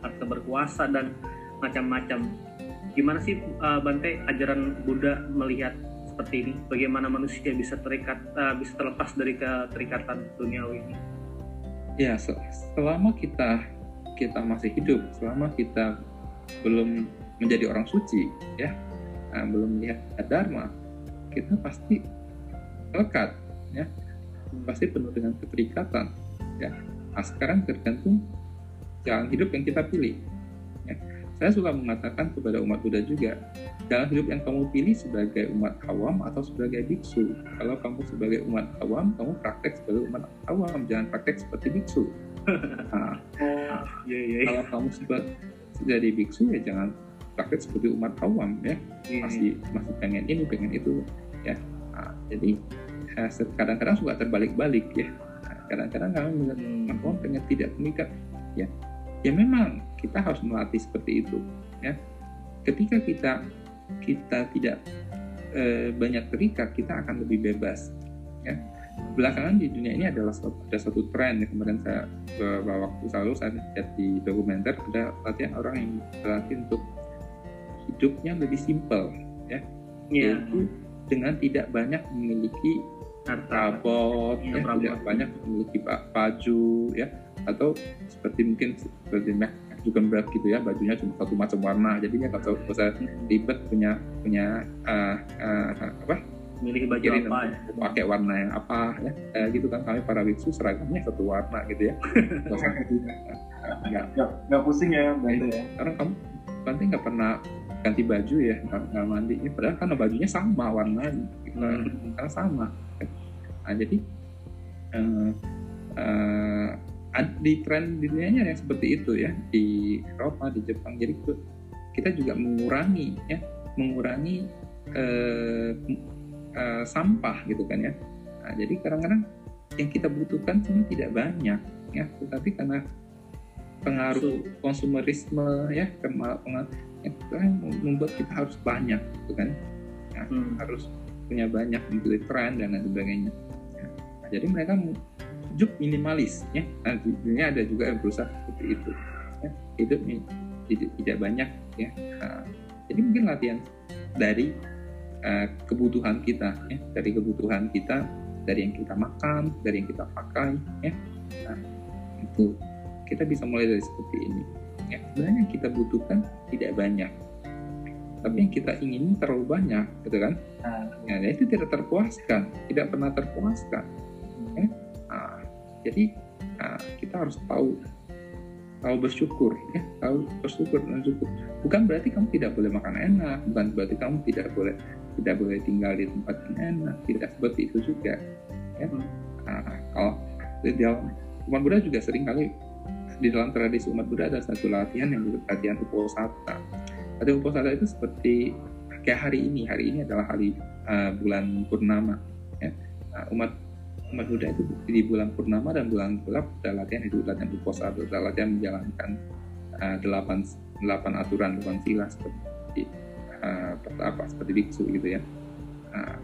harta berkuasa dan macam-macam. Gimana sih uh, Bante ajaran Buddha melihat seperti ini? Bagaimana manusia bisa terikat, uh, bisa terlepas dari keterikatan duniawi ini? Ya, selama kita kita masih hidup, selama kita belum menjadi orang suci, ya, nah, belum melihat dharma, kita pasti lekat, ya, pasti penuh dengan keterikatan, ya. Nah, sekarang tergantung jalan hidup yang kita pilih. Ya. Saya suka mengatakan kepada umat Buddha juga, jalan hidup yang kamu pilih sebagai umat awam atau sebagai biksu. Kalau kamu sebagai umat awam, kamu praktek sebagai umat awam, jangan praktek seperti biksu. Nah, nah, yeah, yeah. Kalau kamu sebagai jadi biksu, ya jangan praktek seperti umat awam, ya. Yeah. Masih masih pengen ini, pengen itu, ya. Nah, jadi eh, kadang-kadang suka terbalik-balik, ya. Nah, kadang-kadang kami melihat umat awam pengen tidak terikat, ya. Ya memang kita harus melatih seperti itu, ya. Ketika kita kita tidak e, banyak terikat, kita akan lebih bebas, ya. Belakangan di dunia ini adalah ada satu tren, ya. Kemarin saya beberapa waktu lalu saya lihat di dokumenter ada latihan orang yang berlatih untuk hidupnya lebih simpel, ya, yeah. Yaitu dengan tidak banyak memiliki rabot, ya, ya, tidak banyak memiliki baju, ya, atau seperti mungkin seperti Mark Zuckerberg gitu, ya, bajunya cuma satu macam warna, jadinya kalau usah ribet punya punya uh, uh, apa milih baju Kirin, apa ya? Pakai warna yang apa, ya, eh, gitu kan. Kami para biksu seragamnya satu warna gitu, ya. nggak nggak pusing ya Bante, ya. Karena kamu nanti nggak pernah ganti baju, ya, nggak mandi, ya, padahal karena bajunya sama warnanya, gitu, hmm. karena sama. Nah, jadi uh, uh, di tren dunianya yang seperti itu, ya, di Eropa, di Jepang. Jadi kita juga mengurangi, ya, mengurangi uh, uh, sampah gitu kan, ya. Nah, jadi kadang-kadang yang kita butuhkan sebenarnya tidak banyak, ya, tetapi karena pengaruh konsumerisme, ya, pengaruh yang membuat kita harus banyak gitu kan, ya, hmm. harus punya banyak, membeli tren dan lain sebagainya. Nah, jadi mereka hidup minimalis, ya. Nah, di dunia ada juga yang berusaha seperti itu, ya. Hidup tidak, tidak banyak, ya. Nah, jadi mungkin latihan dari uh, kebutuhan kita, ya, dari kebutuhan kita, dari yang kita makan, dari yang kita pakai, ya. Nah, itu kita bisa mulai dari seperti ini, ya. Sebenarnya yang kita butuhkan tidak banyak, tapi yang kita ingini terlalu banyak, gitu kan? Nah, itu tidak terpuaskan, tidak pernah terpuaskan, ya. Nah, jadi nah, kita harus tahu, tahu bersyukur, ya, tahu bersyukur dan syukur. Bukan berarti kamu tidak boleh makan enak, bukan berarti kamu tidak boleh tidak boleh tinggal di tempat yang enak, tidak seperti itu juga, ya. Nah, kalau di dalam umat Buddha juga sering kali di dalam tradisi umat Buddha ada satu latihan yang disebut latihan uposatha. Latihan uposatha itu seperti kayak hari ini, hari ini adalah hari uh, bulan purnama, ya. Nah, umat umat Buddha itu di bulan purnama dan bulan gelap ada latihan itu latihan uposatha, ada latihan menjalankan uh, delapan delapan aturan, delapan sila seperti uh, apa seperti biksu gitu, ya. Uh,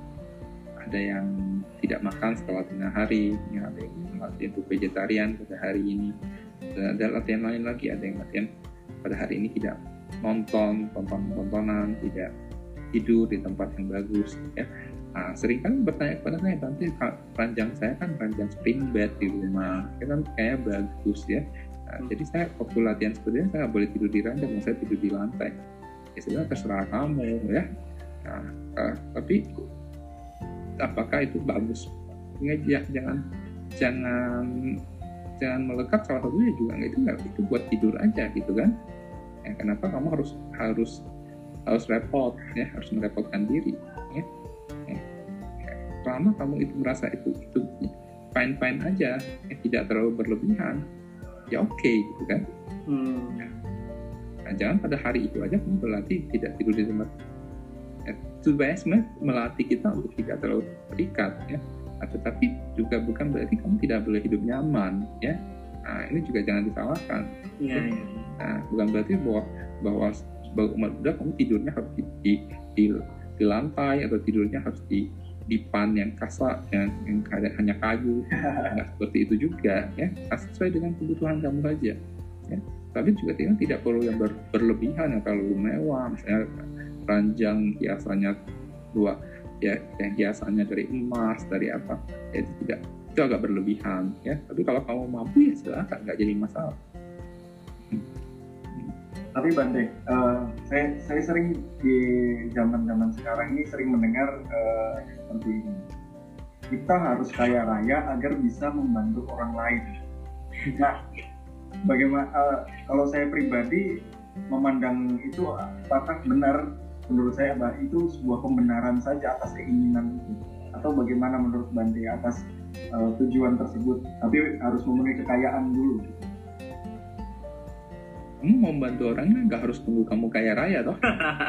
ada yang tidak makan setelah tengah hari, ya, ada yang latihan untuk vegetarian pada hari ini, dan ada latihan lain lagi, ada yang latihan pada hari ini tidak nonton tonton-tontonan, tidak tidur di tempat yang bagus, ya. Nah, sering kan bertanya kepada saya, Bante, ranjang saya kan ranjang spring bed di rumah, kan kayak bagus, ya. Nah, jadi saya waktu latihan seperti ini saya nggak boleh tidur di ranjang, saya tidur di lantai. Ya sebenarnya terserah kamu, ya. Nah, uh, tapi apakah itu bagus? Ya, jangan jangan jangan melekat, salah satunya juga nggak, itu nggak, itu buat tidur aja gitu kan, ya. Kenapa kamu harus harus harus repot, ya, harus merepotkan diri, ya, ya. Selama kamu itu merasa itu itu fine fine aja, ya, tidak terlalu berlebihan, ya oke, okay, gitu kan. hmm. Nah, jangan pada hari itu aja kamu berlatih tidak tidur di tempat, ya. Supaya sebenarnya melatih kita untuk tidak terlalu terikat, ya. Nah, tetapi juga bukan berarti kamu tidak boleh hidup nyaman, ya. Nah, ini juga jangan disalahkan. Ya, ya. Nah, bukan berarti bahwa bahwa sebagai umat Buddha kamu tidurnya harus di, di, di, di lantai atau tidurnya harus di di pan yang kasar, yang, yang hanya kayu. Nggak seperti itu juga, ya. Sesuai dengan kebutuhan kamu saja, ya. tapi juga tidak tidak perlu yang ber, berlebihan yang terlalu mewah, misalnya ranjang hiasannya dua ya, yang hiasannya dari emas, dari apa, ya itu tidak, itu agak berlebihan ya. Tapi kalau kamu mampu ya silakan, nggak jadi masalah. Tapi Bante, uh, saya saya sering di zaman-zaman sekarang ini sering mendengar uh, seperti ini. Kita harus kaya raya agar bisa membantu orang lain. Nah, bagaimana uh, kalau saya pribadi memandang itu, apakah benar? Menurut saya bah, itu sebuah pembenaran saja atas keinginan itu, atau bagaimana menurut Bante atas uh, tujuan tersebut? Tapi harus memenuhi kekayaan dulu. Kamu mau membantu orangnya nggak harus tunggu kamu kaya raya toh.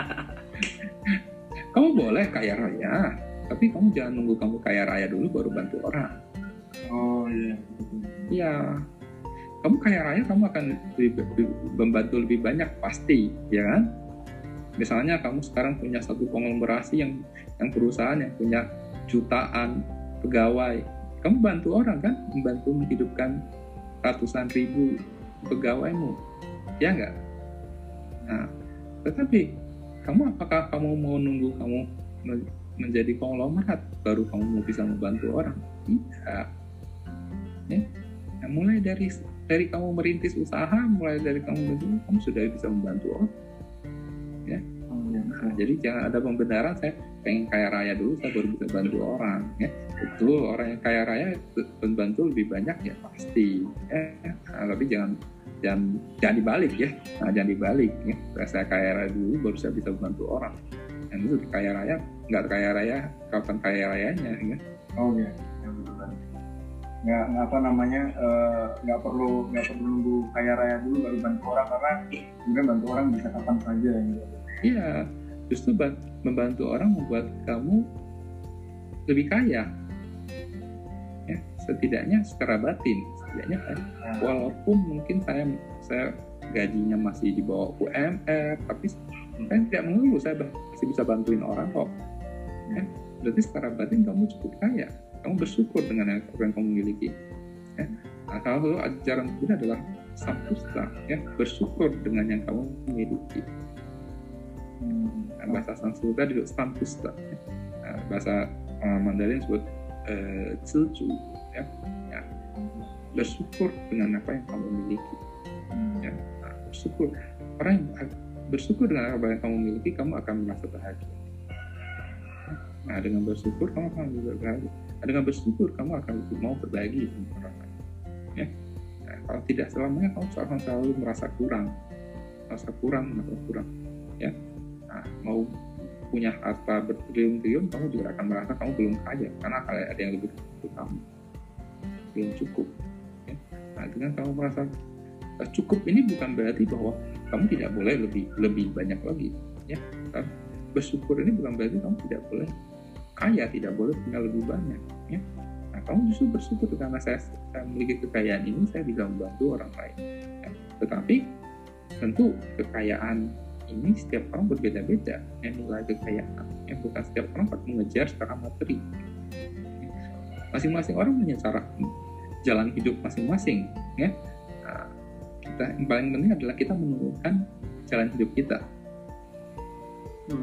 Kamu boleh kaya raya, tapi kamu jangan nunggu kamu kaya raya dulu baru bantu orang. Oh iya. Iya. Kamu kaya raya, kamu akan lebih, lebih, membantu lebih banyak pasti, ya kan? Misalnya kamu sekarang punya satu konglomerasi yang yang perusahaan yang punya jutaan pegawai, kamu bantu orang kan, membantu menghidupkan ratusan ribu pegawaimu. Ya enggak? Nah, tetapi kamu apakah kamu mau nunggu kamu menjadi konglomerat baru kamu mau bisa membantu orang? Tidak. Ya. Nah, mulai dari dari kamu merintis usaha, mulai dari kamu membantu, kamu sudah bisa membantu orang. Ya. Nah, jadi jangan ada pembenaran saya pengen kaya raya dulu saya baru bisa bantu orang. Ya. Betul, orang yang kaya raya membantu lebih banyak ya pasti. Ya. Nah, tapi jangan jangan jangan dibalik ya, nah, jangan dibalik ya. Saya kaya raya dulu baru saya bisa membantu orang. Yang itu kaya raya nggak kaya raya kapan kaya rayanya ya. Oh iya, ya betul kan. Nggak nggak apa namanya uh, nggak perlu nggak perlu nunggu kaya raya dulu baru bantu orang, karena kemudian bantu orang bisa kapan saja gitu. Iya, justru membantu orang membuat kamu lebih kaya. Ya, setidaknya secara batin. Setidaknya kan, walaupun mungkin saya saya gajinya masih di bawah U M R, tapi saya tidak mengeluh, saya masih bisa bantuin orang kok. Ya, berarti secara batin kamu cukup kaya, kamu bersyukur dengan apa yang kamu miliki. Ya, nah, kalau ajaran Buddha adalah sampusta, ya, bersyukur dengan yang kamu miliki. Nah, bahasa Sanskerta disebut sampusta, ya. Nah, bahasa uh, Mandarin disebut uh, tsuju, ya. Ya. Bersyukur dengan apa yang kamu miliki. Ya, nah, bersyukur. Orang yang bersyukur dengan apa yang kamu miliki, kamu akan merasa bahagia. Nah, dengan bersyukur kamu akan lebih bahagia. Nah, dengan bersyukur kamu akan lebih mau berbagi dengan orang lain. Ya. Nah, kalau tidak selamanya kamu akan selalu merasa kurang, merasa kurang, merasa kurang. Ya. Nah, mau punya harta bertriliun-triliun, kamu juga akan merasa kamu belum kaya karena ada yang lebih dari kamu, belum cukup. Nah, dengan kamu merasa cukup ini bukan berarti bahwa kamu tidak boleh lebih lebih banyak lagi, ya. Kan? Bersyukur ini bukan berarti kamu tidak boleh kaya, tidak boleh punya lebih banyak, ya. Nah, kamu justru bersyukur karena saya, saya memiliki kekayaan ini, saya bisa membantu orang lain. Ya. Tetapi tentu kekayaan ini setiap orang berbeda-beda, yang nilai kekayaan, yang bukan setiap orang harus mengejar secara materi. Masing-masing orang punya cara jalan hidup masing-masing, ya. Nah, kita yang paling penting adalah kita menemukan jalan hidup kita. Hmm.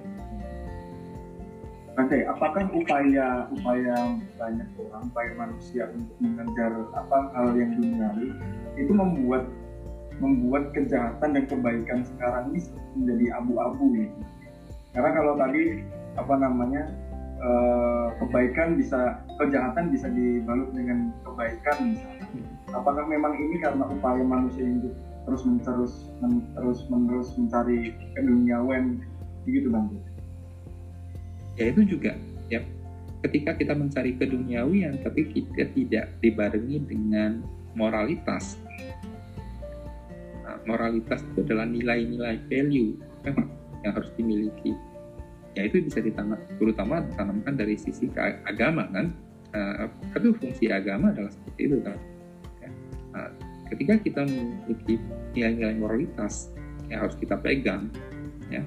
Oke, okay, apakah upaya upaya banyak orang, upaya manusia untuk mengejar apa hal yang duniawi itu membuat membuat kejahatan dan kebaikan sekarang ini menjadi abu-abu gitu? Karena kalau tadi apa namanya Uh, kebaikan bisa, kejahatan bisa dibalut dengan kebaikan misalnya. Apakah memang ini karena upaya manusia untuk terus menerus men, terus menerus mencari keduniawian begitu Bang? Ya itu juga ya, ketika kita mencari keduniawian tapi kita tidak dibarengi dengan moralitas. Nah, moralitas itu adalah nilai-nilai value memang yang harus dimiliki. Ya itu bisa ditanam, terutama ditanamkan dari sisi agama kan. Uh, itu fungsi agama adalah seperti itu kan. Ya. Nah, ketika kita memiliki nilai-nilai moralitas yang harus kita pegang, ya.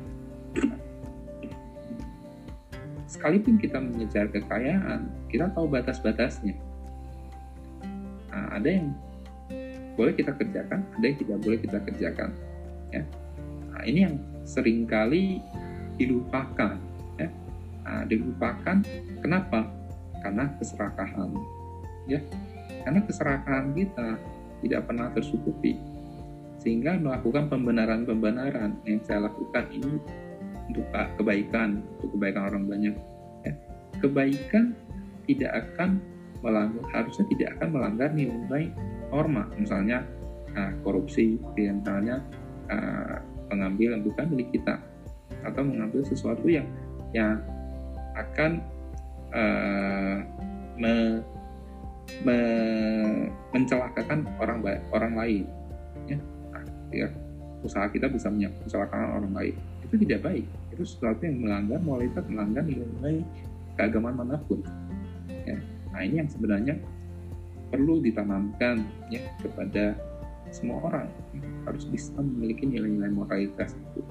Sekalipun kita mengejar kekayaan, kita tahu batas-batasnya. Nah, ada yang boleh kita kerjakan, ada yang tidak boleh kita kerjakan. Ya. Nah, ini yang seringkali dilupakan. Ya. Nah, dilupakan kenapa? Karena keserakahan. Ya. Karena keserakahan kita tidak pernah tersukupi, sehingga melakukan pembenaran-pembenaran yang saya lakukan ini untuk kebaikan, untuk kebaikan orang banyak. Ya. Kebaikan tidak akan melanggar, harusnya tidak akan melanggar nilai norma, misalnya uh, korupsi, misalnya uh, mengambil yang bukan milik kita, atau mengambil sesuatu yang yang akan uh, me, me, mencelakakan orang orang lain. Ya. Nah, ya, usaha kita bisa mencelakakan orang lain, itu tidak baik. Itu sesuatu yang melanggar moralitas, melanggar nilai keagamaan manapun. Ya. Nah, ini yang sebenarnya perlu ditanamkan ya kepada semua orang. Harus bisa memiliki nilai-nilai moralitas itu.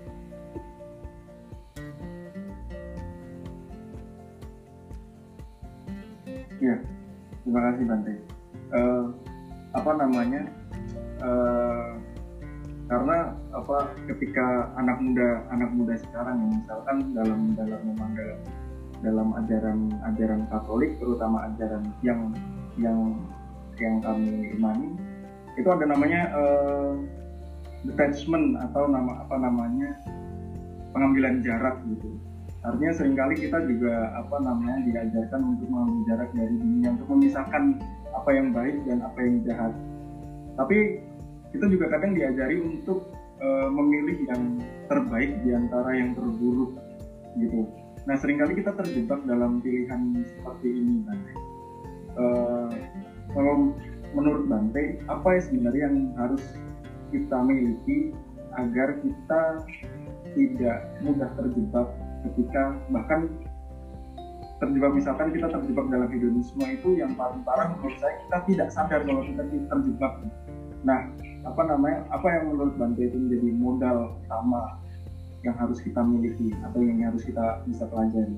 Ya, terima kasih Bante. Uh, apa namanya? Uh, karena apa? Ketika anak muda, anak muda sekarang, ya, misalkan dalam dalam memang dalam dalam ajaran-ajaran Katolik, terutama ajaran yang yang yang kami imani, itu ada namanya uh, detachment atau nama apa namanya pengambilan jarak gitu. Artinya seringkali kita juga apa namanya diajarkan untuk mengambil jarak dari dunia, untuk memisahkan apa yang baik dan apa yang jahat. Tapi kita juga kadang diajari untuk uh, memilih yang terbaik di antara yang terburuk gitu. Nah, seringkali kita terjebak dalam pilihan seperti ini, Bante. Uh, kalau menurut Bante, apa yang sebenarnya yang harus kita miliki agar kita tidak mudah terjebak ketika bahkan terjebak, misalkan kita terjebak dalam hedonisme, itu yang paling parah menurut saya, kita tidak sadar kalau kita terjebak. Nah, apa namanya, apa yang menurut Bante itu menjadi modal utama yang harus kita miliki atau yang harus kita bisa pelajari?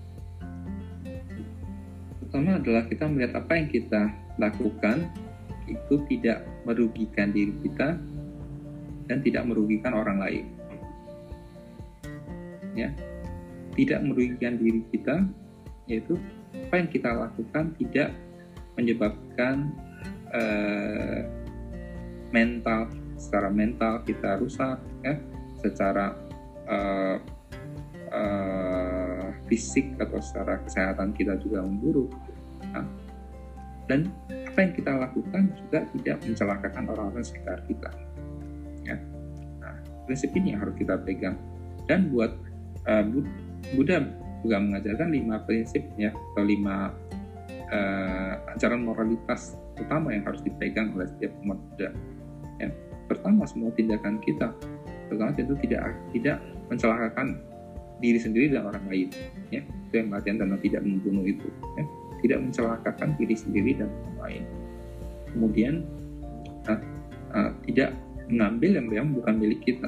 Pertama adalah kita melihat apa yang kita lakukan itu tidak merugikan diri kita dan tidak merugikan orang lain. Ya, tidak merugikan diri kita, yaitu apa yang kita lakukan tidak menyebabkan uh, mental, secara mental kita rusak, ya, secara uh, uh, fisik atau secara kesehatan kita juga memburuk. Nah, dan apa yang kita lakukan juga tidak mencelakakan orang-orang sekitar kita. Ya. Nah, prinsip ini yang harus kita pegang. Dan buat uh, Buddha juga mengajarkan lima prinsip, ya, atau lima uh, ajaran moralitas utama yang harus dipegang oleh setiap umat Buddha. Ya. Pertama, semua tindakan kita, pertama itu tidak tidak mencelakakan diri sendiri dan orang lain. Ya. Itu yang latihan tentang tidak membunuh itu. Ya. Tidak mencelakakan diri sendiri dan orang lain. Kemudian uh, uh, tidak mengambil yang memang bukan milik kita.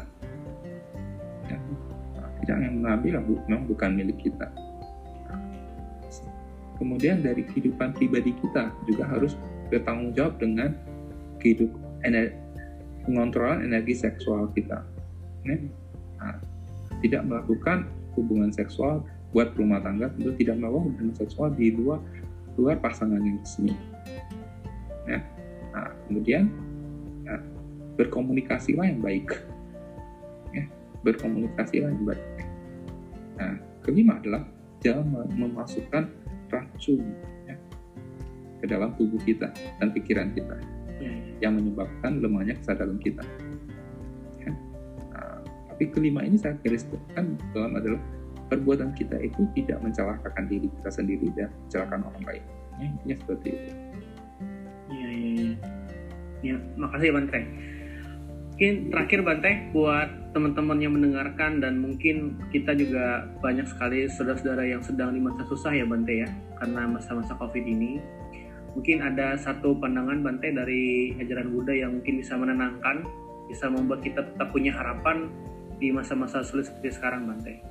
Ya. Uh, tidak yang mengambil yang memang bukan milik kita. Uh, kemudian dari kehidupan pribadi kita juga harus bertanggung jawab dengan kehidupan ener- pengontrolan energi seksual kita. Ya. Uh, tidak melakukan hubungan seksual buat rumah tangga, tentu tidak melakukan hubungan seksual di luar luar pasangan yang resmi. Ya. Nah, kemudian ya, berkomunikasilah yang baik. Ya, berkomunikasilah yang baik. Nah, kelima adalah jangan memasukkan racun, ya, ke dalam tubuh kita dan pikiran kita, ya, yang menyebabkan lemahnya kesadaran kita. Ya. Nah, tapi kelima ini saya gariskan dalam adalah perbuatan kita itu tidak mencelakakan diri kita sendiri dan mencelakakan orang lain. Ya, intinya seperti itu. Iya, iya, iya. Ya, makasih Bante. Mungkin terakhir Bante, buat teman-teman yang mendengarkan, dan mungkin kita juga banyak sekali saudara-saudara yang sedang di masa susah ya Bante ya, karena masa-masa COVID ini. Mungkin ada satu pandangan Bante dari ajaran Buddha yang mungkin bisa menenangkan, bisa membuat kita tetap punya harapan di masa-masa sulit seperti sekarang Bante.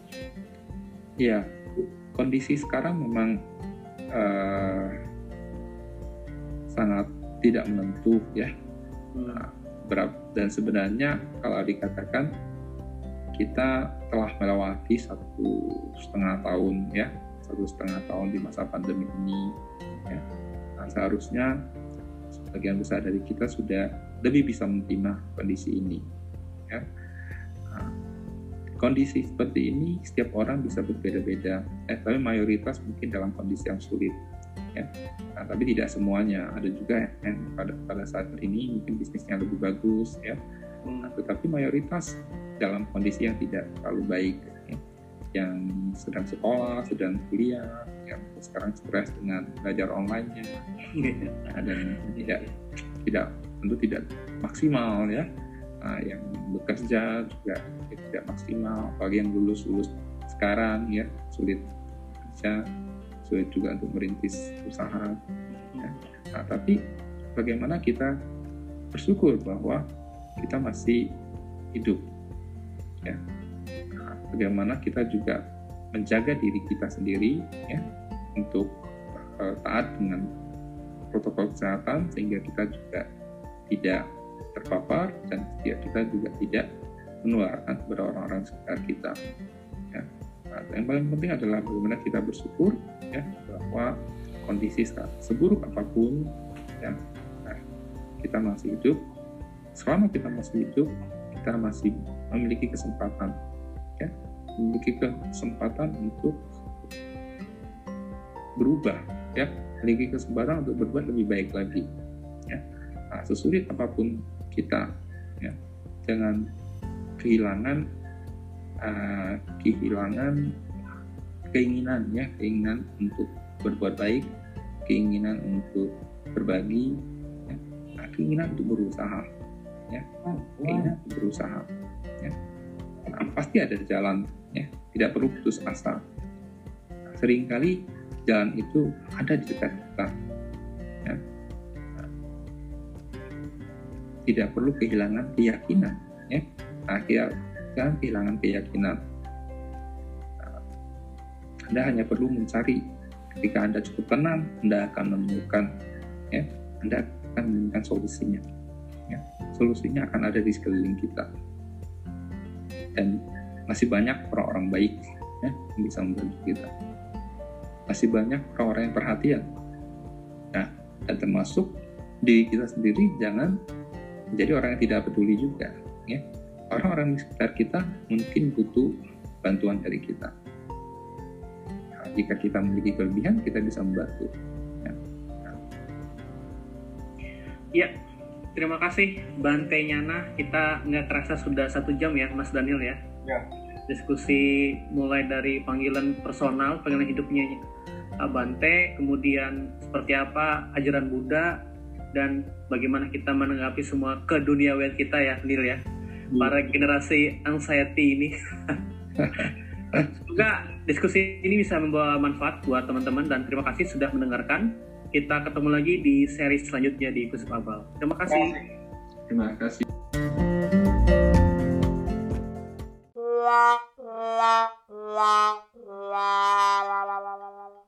Ya, kondisi sekarang memang uh, sangat tidak menentu ya. Hmm. Nah, berapa, dan sebenarnya kalau dikatakan kita telah melewati satu setengah tahun ya, satu setengah tahun di masa pandemi ini ya. Nah, seharusnya sebagian besar dari kita sudah lebih bisa menerima kondisi ini ya. Nah, kondisi seperti ini setiap orang bisa berbeda-beda, eh, tapi mayoritas mungkin dalam kondisi yang sulit ya. Nah, tapi tidak semuanya, ada juga yang pada pada saat ini mungkin bisnisnya lebih bagus ya. Nah, tetapi mayoritas dalam kondisi yang tidak terlalu baik ya. Yang sedang sekolah, sedang kuliah, yang sekarang stres dengan belajar online-nya nah, dan tidak tidak tentu tidak maksimal ya. Nah, yang bekerja juga tidak maksimal, apalagi yang lulus lulus sekarang ya, sulit kerja, sulit juga untuk merintis usaha ya. Nah, tapi bagaimana kita bersyukur bahwa kita masih hidup ya. Nah, bagaimana kita juga menjaga diri kita sendiri ya, untuk uh, taat dengan protokol kesehatan sehingga kita juga tidak terpapar dan kita juga tidak menularkan kepada orang-orang sekitar kita ya. Nah, yang paling penting adalah bagaimana kita bersyukur ya, bahwa kondisi seburuk apapun ya, nah, kita masih hidup. Selama kita masih hidup, kita masih memiliki kesempatan ya, memiliki kesempatan untuk berubah ya, memiliki kesempatan untuk berbuat lebih baik lagi ya. Nah, sesulit apapun kita ya, jangan kehilangan uh, kehilangan keinginan ya, keinginan untuk berbuat baik, keinginan untuk berbagi ya, nah, keinginan untuk berusaha ya, keinginan untuk berusaha ya. Nah, pasti ada jalan ya, tidak perlu putus asa. Nah, seringkali jalan itu ada di dekat kita ya. Nah, tidak perlu kehilangan keyakinan ya. Nah, jangan kehilangan keyakinan. Nah, Anda hanya perlu mencari. Ketika Anda cukup tenang, Anda akan menemukan ya, Anda akan menemukan solusinya ya. Solusinya akan ada di sekeliling kita. Dan masih banyak orang-orang baik ya, yang bisa membantu kita. Masih banyak orang-orang yang perhatian. Nah, dan termasuk diri kita sendiri jangan menjadi orang yang tidak peduli juga ya. Orang-orang di sekitar kita mungkin butuh bantuan dari kita. Nah, jika kita memiliki kelebihan, kita bisa membantu ya. Nah. Ya, terima kasih Bante Nyana. Kita nggak terasa sudah satu jam ya Mas Daniel ya. Ya. Diskusi mulai dari panggilan personal, panggilan hidupnya Bante, kemudian seperti apa ajaran Buddha, dan bagaimana kita menanggapi semua keduniawian kita ya Nil ya, para generasi anxiety ini. Semoga diskusi ini bisa membawa manfaat buat teman-teman, dan terima kasih sudah mendengarkan. Kita ketemu lagi di seri selanjutnya di Kusuk Abal. Terima kasih. Terima kasih.